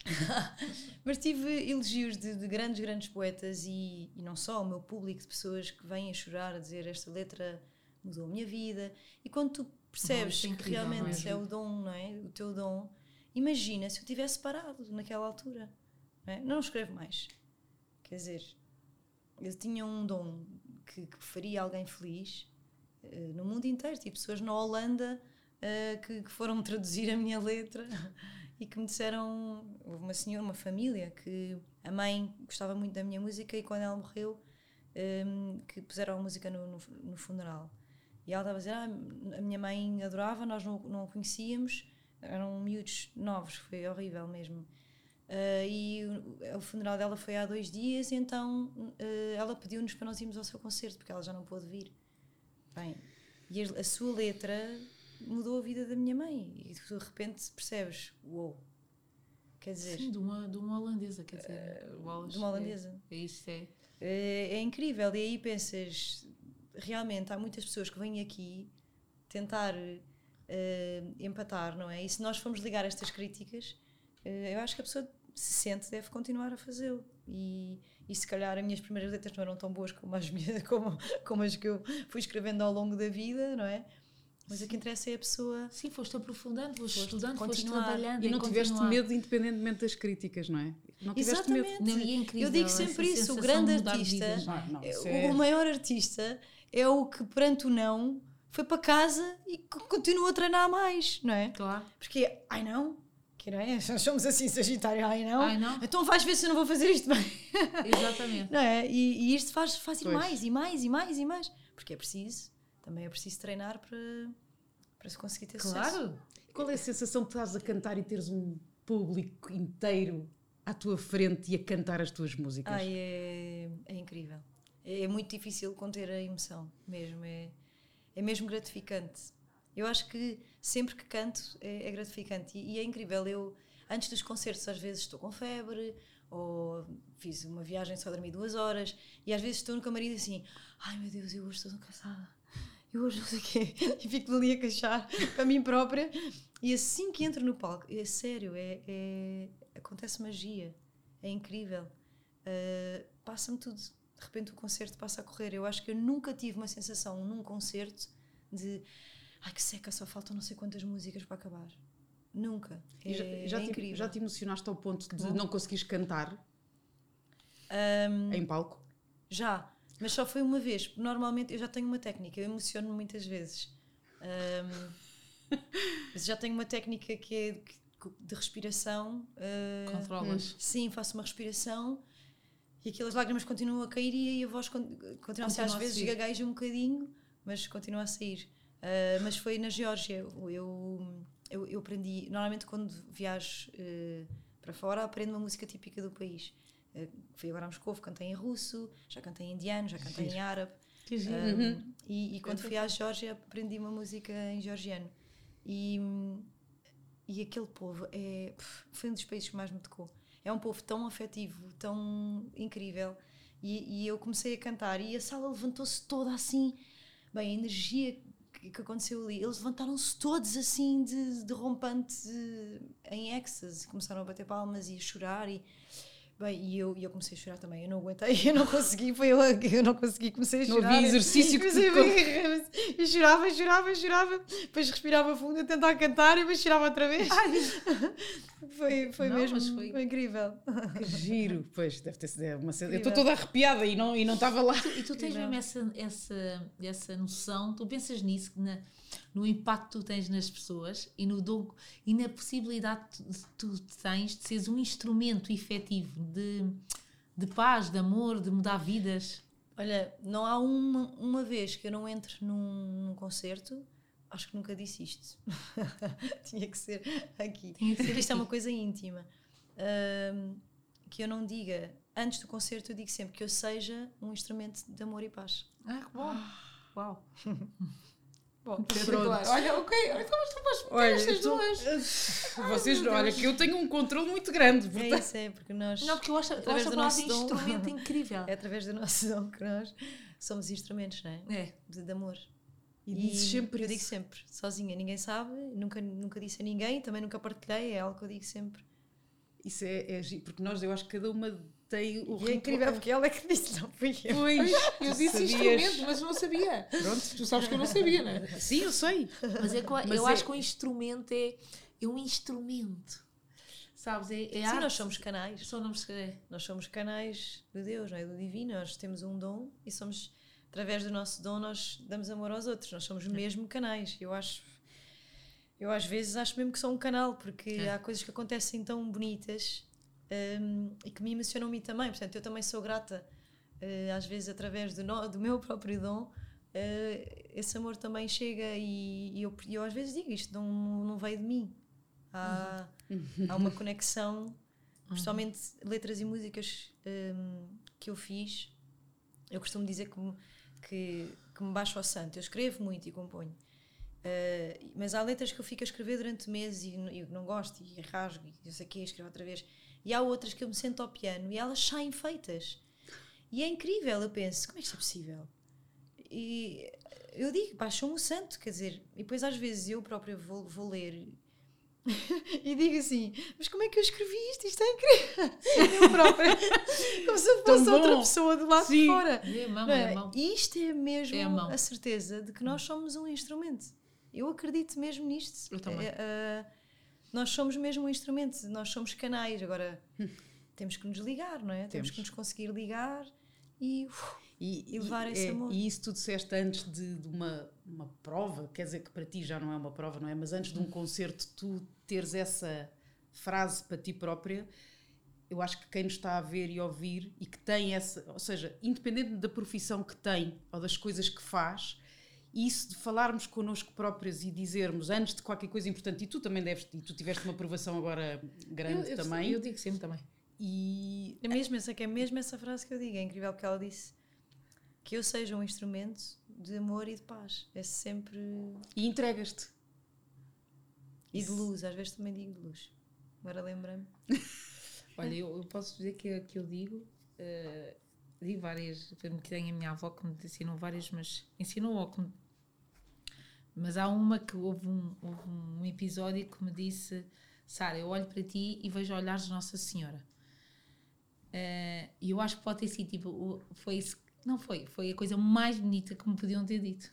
Mas tive elogios de, de grandes, grandes poetas e, e não só, o meu público de pessoas que vêm a chorar, a dizer esta letra mudou a minha vida. E quando tu percebes isso é que incrível, realmente mesmo. é o dom, não é? O teu dom, imagina se eu tivesse parado naquela altura. Não, é? Não escrevo mais. Quer dizer, eu tinha um dom que, que faria alguém feliz eh, no mundo inteiro. Tipo, pessoas na Holanda eh, que, que foram traduzir a minha letra e que me disseram, houve uma senhora, uma família, que a mãe gostava muito da minha música e quando ela morreu, um, que puseram a música no, no, no funeral. E ela estava a dizer, ah, a minha mãe adorava, nós não, não a conhecíamos, eram miúdos novos, foi horrível mesmo. Uh, e o, o funeral dela foi há dois dias, e então uh, ela pediu-nos para nós irmos ao seu concerto, porque ela já não pôde vir. Bem, e a, a sua letra mudou a vida da minha mãe, e tu de repente percebes, uou, wow. Quer dizer... Sim, de uma, de uma holandesa, quer dizer... Uh, de uma holandesa. É, é isso, é. É, é incrível, e aí pensas, realmente há muitas pessoas que vêm aqui tentar uh, empatar, não é? E se nós formos ligar estas críticas, uh, eu acho que a pessoa se sente, deve continuar a fazê-lo. E, e se calhar as minhas primeiras letras não eram tão boas como as, minhas, como, como as que eu fui escrevendo ao longo da vida, não é? Mas o que interessa é a pessoa... Sim, foste aprofundando, foste, foste estudando, continuar. foste trabalhando. E não tiveste continuar. medo, independentemente das críticas, não é? Não tiveste Exatamente. medo. Não, e é incrível, eu digo sempre isso, o grande artista, ah, não, o, é... o maior artista é o que perante o não foi para casa e continua a treinar mais, não é? Claro. Porque, ai não, que não é? Nós somos assim, Sagitário, ai não, ai não, então vais ver se eu não vou fazer isto bem. Exatamente. Não é? E, e isto faz, faz ir Pois. mais e mais e mais e mais, porque é preciso, também é preciso treinar para, para se conseguir ter sucesso. Claro. Qual é a sensação de estás a cantar e teres um público inteiro à tua frente e a cantar as tuas músicas? Ai, é, é incrível. É muito difícil conter a emoção, mesmo. É, é mesmo gratificante. Eu acho que sempre que canto é, é gratificante. E, e é incrível. Eu, antes dos concertos, às vezes estou com febre, ou fiz uma viagem só dormi duas horas, e às vezes estou no camarim assim, ai meu Deus, eu hoje estou tão cansada. Eu hoje não sei o quê. E fico ali a queixar para mim própria. E assim que entro no palco, é sério, é, é, acontece magia. É incrível. Uh, passa-me tudo. De repente o concerto passa a correr. Eu acho que eu nunca tive uma sensação num concerto de ai que seca, só faltam não sei quantas músicas para acabar. Nunca. É, já, já, é te, incrível. já te emocionaste ao ponto de bom. não conseguires cantar um, em palco? Já. Mas só foi uma vez. Normalmente eu já tenho uma técnica. Eu emociono-me muitas vezes. Um, mas já tenho uma técnica que é de respiração. Uh, Controlas. Sim, faço uma respiração e aquelas lágrimas continuam a cair e a voz continua, continua a sair. Às vezes gagueja um bocadinho, mas continua a sair. Uh, mas foi na Geórgia. Eu, eu, eu aprendi... Normalmente quando viajo uh, para fora aprendo uma música típica do país. Uh, fui agora a Moscou, cantei em russo, já cantei em indiano, já cantei em árabe. Que giro. Um, Uhum. e, e quando fui à Geórgia aprendi uma música em georgiano. E... E aquele povo é, foi um dos países que mais me tocou. É um povo tão afetivo, tão incrível. E, e eu comecei a cantar e a sala levantou-se toda assim. Bem, a energia que, que aconteceu ali. Eles levantaram-se todos assim, de, de rompante, de, em êxtase. Começaram a bater palmas e a chorar. E, bem, e eu, e eu comecei a chorar também. Eu não aguentei, eu não consegui. Foi eu, eu não consegui, comecei a chorar. Não havia exercício que comecei a... Eu chorava, chorava, chorava. Depois respirava fundo a tentar cantar e depois chorava outra vez. foi foi não, mesmo foi... foi incrível. Que giro. Pois, deve ter sido uma cena. Eu estou toda arrepiada e não, e não estava lá. E tu tens mesmo essa, essa, essa noção, tu pensas nisso, na, no impacto que tu tens nas pessoas e, no dom, e na possibilidade que tu, tu tens de seres um instrumento efetivo de, de paz, de amor, de mudar vidas. Olha, não há uma, uma vez que eu não entre num, num concerto, acho que nunca disse isto. Tinha que ser aqui. Tinha que ser isto é aqui. uma coisa íntima. Um, que eu não diga, antes do concerto eu digo sempre que eu seja um instrumento de amor e paz. Ah, que bom. Uau. Bom, Claro. Olha, ok, então mas tu vais meter Olha, estas estou- duas. Vocês, olha, que eu tenho um controle muito grande. é Portanto, isso, é porque nós... Não, porque eu acho, eu Através acho a do palavra nosso dom. instrumento incrível. É através do nosso dom que nós somos instrumentos, não é? É. De, de amor. e dizes sempre eu isso. digo sempre, sozinha, ninguém sabe, nunca, nunca disse a ninguém, também nunca partilhei, é algo que eu digo sempre. Isso é, é giro, porque nós, eu acho que cada uma tem o E é incrível porque ela é que disse, não fui eu. Pois, Eu tu disse sabias. instrumento, mas não sabia. Pronto, tu sabes que eu não sabia, não é? Sim, eu sei. Mas é que eu, Mas eu é- acho que o instrumento é, é um instrumento. Sabes? É, é Sim, arte. nós somos canais. Só não se é. Nós somos canais de Deus, não é? Do divino, nós temos um dom e somos, através do nosso dom, nós damos amor aos outros, nós somos mesmo canais. Eu acho, eu às vezes acho mesmo que sou um canal, porque É. há coisas que acontecem tão bonitas hum, e que me emocionam a mim também, portanto eu também sou grata, uh, às vezes através do, no, do meu próprio dom, uh, esse amor também chega e, e eu, eu às vezes digo isto, não, não veio de mim, Há, há uma conexão, principalmente letras e músicas um, que eu fiz. Eu costumo dizer que me, que, que me baixo ao santo. Eu escrevo muito e componho. Uh, mas há letras que eu fico a escrever durante meses e, e não gosto e rasgo e eu sei que escrevo outra vez. E há outras que eu me sento ao piano e elas saem feitas. E é incrível, eu penso, como é que isto é possível? E eu digo, baixou-me o santo, quer dizer, e depois às vezes eu própria vou, vou ler e digo assim, mas como é que eu escrevi isto? Isto é incrível. Eu própria, como se eu fosse outra pessoa do lado Sim. de fora. É a mão, não é a mão. E isto é mesmo é a, a certeza de que nós somos um instrumento. Eu acredito mesmo nisto. Eu também. É, uh, nós somos mesmo um instrumento, nós somos canais. Agora, temos que nos ligar, não é? Temos, temos que nos conseguir ligar e... Uh, E, e levar e, esse é, amor. E isso tu disseste antes de, de uma, uma prova, quer dizer que para ti já não é uma prova, não é? Mas antes de um concerto tu teres essa frase para ti própria, eu acho que quem nos está a ver e ouvir e que tem essa, ou seja, independente da profissão que tem ou das coisas que faz, isso de falarmos connosco próprios e dizermos antes de qualquer coisa importante, e tu também deves, e tu tiveste uma aprovação agora grande eu, eu, também. Eu digo sempre também. E é mesmo, essa, que é mesmo essa frase que eu digo, é incrível porque ela disse que eu seja um instrumento de amor e de paz. É sempre... E entregas-te. E de luz, às vezes também digo de luz. Agora lembra-me. Olha, eu, eu posso dizer que, que eu digo, uh, digo várias, que tenho a minha avó que me ensinou várias, mas ensinou ou que me, mas há uma que houve um, houve um episódio que me disse, Sara, eu olho para ti e vejo olhares de Nossa Senhora. Uh, e eu acho que pode ter sido, tipo, foi isso. Não foi, foi a coisa mais bonita que me podiam ter dito.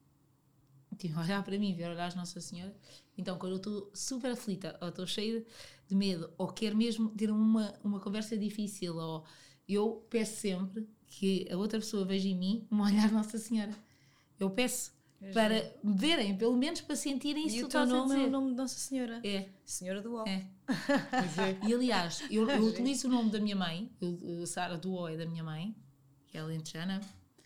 Tipo, olhar para mim, ver olhar a Nossa Senhora. Então, quando eu estou super aflita, ou estou cheia de medo, ou quero mesmo ter uma, uma conversa difícil, ou eu peço sempre que a outra pessoa veja em mim um olhar de Nossa Senhora. Eu peço é para me verem, pelo menos para sentirem isso que tu estás a dizer. E o teu nome é o nome de Nossa Senhora. É. Senhora do O. É. Pois é. E aliás, eu, eu utilizo o nome da minha mãe, eu, Sara do O é da minha mãe, que é a alentejana,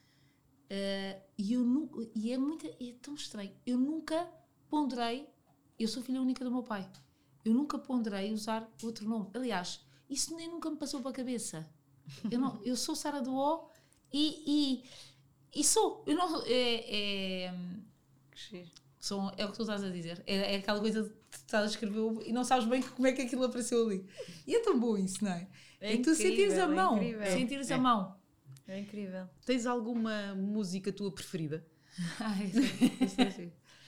uh, e, eu nunca, e é, muito, é tão estranho, eu nunca ponderei, eu sou filha única do meu pai, eu nunca ponderei usar outro nome, aliás, isso nem nunca me passou para a cabeça, eu, não, eu sou Sara do O e, e, e sou, eu não, é, é, sou, é o que tu estás a dizer, é, é aquela coisa que tu estás a escrever e não sabes bem como é que aquilo apareceu ali, e é tão bom isso, não é? É, é tu sentires a mão, é sentires é. a mão. É incrível. Tens alguma música tua preferida? Ai, sim, sim, sim.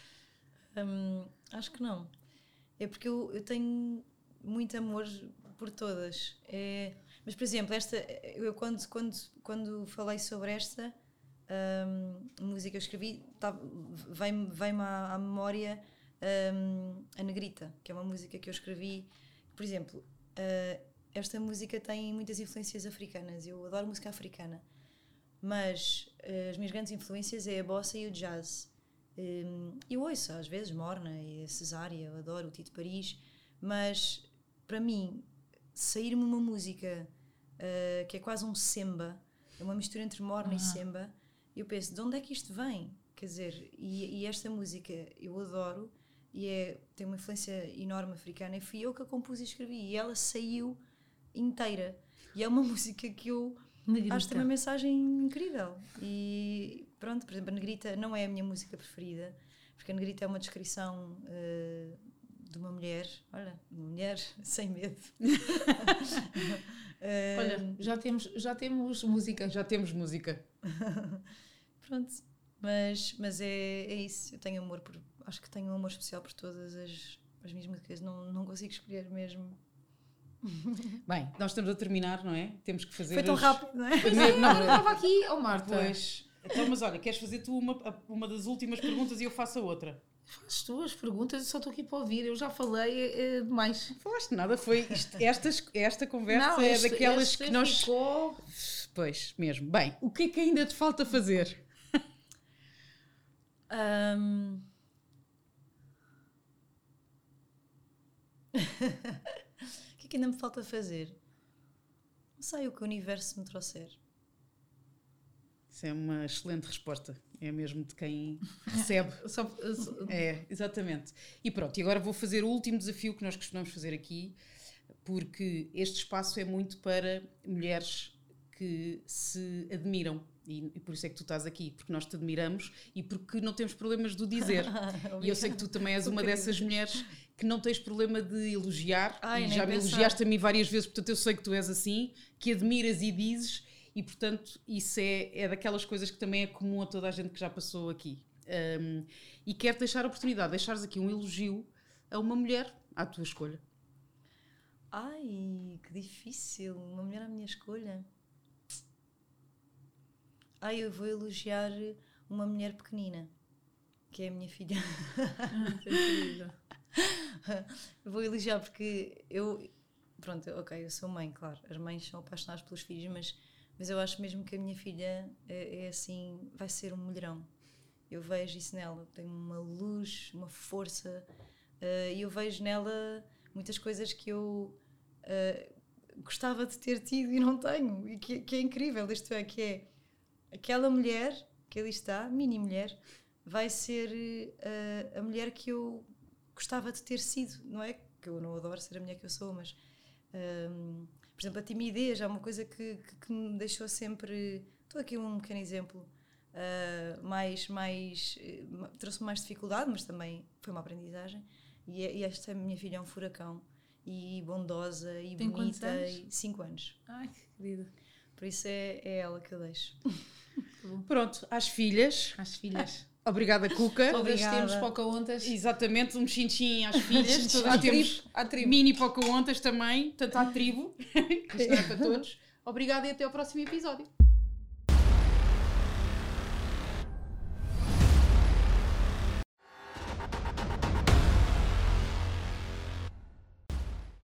hum, acho que não. É porque eu, eu tenho muito amor por todas. É, mas, por exemplo, esta, eu quando, quando, quando falei sobre esta hum, música que eu escrevi, tá, vem-me vem à, à memória hum, a Negrita, que é uma música que eu escrevi. Por exemplo, uh, esta música tem muitas influências africanas. Eu adoro música africana. Mas uh, as minhas grandes influências é a bossa e o jazz. Um, eu ouço às vezes Morna e a Cesária, eu adoro o Tito Paris. Mas, para mim, sair-me uma música uh, que é quase um semba, é uma mistura entre Morna uhum. e semba, eu penso, de onde é que isto vem? Quer dizer, e, e esta música eu adoro e é, tem uma influência enorme africana. E fui eu que a compus e escrevi. E ela saiu inteira e é uma música que eu Negrita. Acho que tem uma mensagem incrível e pronto, por exemplo, a Negrita não é a minha música preferida porque a Negrita é uma descrição uh, de uma mulher, olha, uma mulher sem medo. uh, olha, já temos, já temos música já temos música pronto, mas, mas é, é isso, eu tenho amor por, acho que tenho um amor especial por todas as, as minhas músicas, não, não consigo escolher mesmo. Bem, nós estamos a terminar, não é? Temos que fazer. Foi tão as... rápido, não é? Pois é, não, eu estava aqui, oh Marta. Pois. Então, mas olha, queres fazer tu uma, uma das últimas perguntas e eu faço a outra? Faz tu as perguntas, eu só estou aqui para ouvir, eu já falei é, é demais. Não falaste nada, foi isto, estas, esta conversa não, é este, daquelas este que nós. Ficou... Pois, mesmo. Bem, o que é que ainda te falta fazer? um... O que é que ainda me falta fazer? Não sei, o que o universo me trouxer. Isso é uma excelente resposta. É mesmo de quem recebe. Só, só... É, exatamente. E pronto, e agora vou fazer o último desafio que nós costumamos fazer aqui, porque este espaço é muito para mulheres que se admiram. E, e por isso é que tu estás aqui, porque nós te admiramos e porque não temos problemas de dizer. E eu sei que tu também és uma dessas mulheres que não tens problema de elogiar. Ai, e já me pensar. elogiaste a mim várias vezes, portanto eu sei que tu és assim, que admiras e dizes. E, portanto, isso é, é daquelas coisas que também é comum a toda a gente que já passou aqui. Um, e quero deixar a oportunidade de deixares aqui um elogio a uma mulher à tua escolha. Ai, que difícil. Uma mulher à minha escolha. Ai, eu vou elogiar uma mulher pequenina, que é a minha filha. Vou elogiar porque eu... Pronto, ok, eu sou mãe, claro. As mães são apaixonadas pelos filhos, mas... Mas eu acho mesmo que a minha filha é, é assim, vai ser um mulherão. Eu vejo isso nela, tem uma luz, uma força, uh, e eu vejo nela muitas coisas que eu uh, gostava de ter tido e não tenho, e que, que é incrível. Isto é, que é aquela mulher que ali está, mini mulher, vai ser uh, a mulher que eu gostava de ter sido, não é? Que eu não adoro ser a mulher que eu sou, mas... Um, por exemplo, a timidez é uma coisa que, que, que me deixou sempre... Estou aqui um pequeno exemplo. Uh, mais, mais, uh, trouxe-me mais dificuldade, mas também foi uma aprendizagem. E, e esta minha filha é um furacão. E bondosa, e Tem bonita. Quantos anos? E cinco anos. Ai, que querida. Por isso é, é ela que eu deixo. Pronto, às filhas. Às filhas. Obrigada, Cuca. Todas Obrigada. temos Pocahontas. Exatamente, um chin-chin às filhas. Todas Todas temos tribo, à tribo. mini Pocahontas também, tanto à tribo. Isto não é para todos. Obrigada e até ao próximo episódio.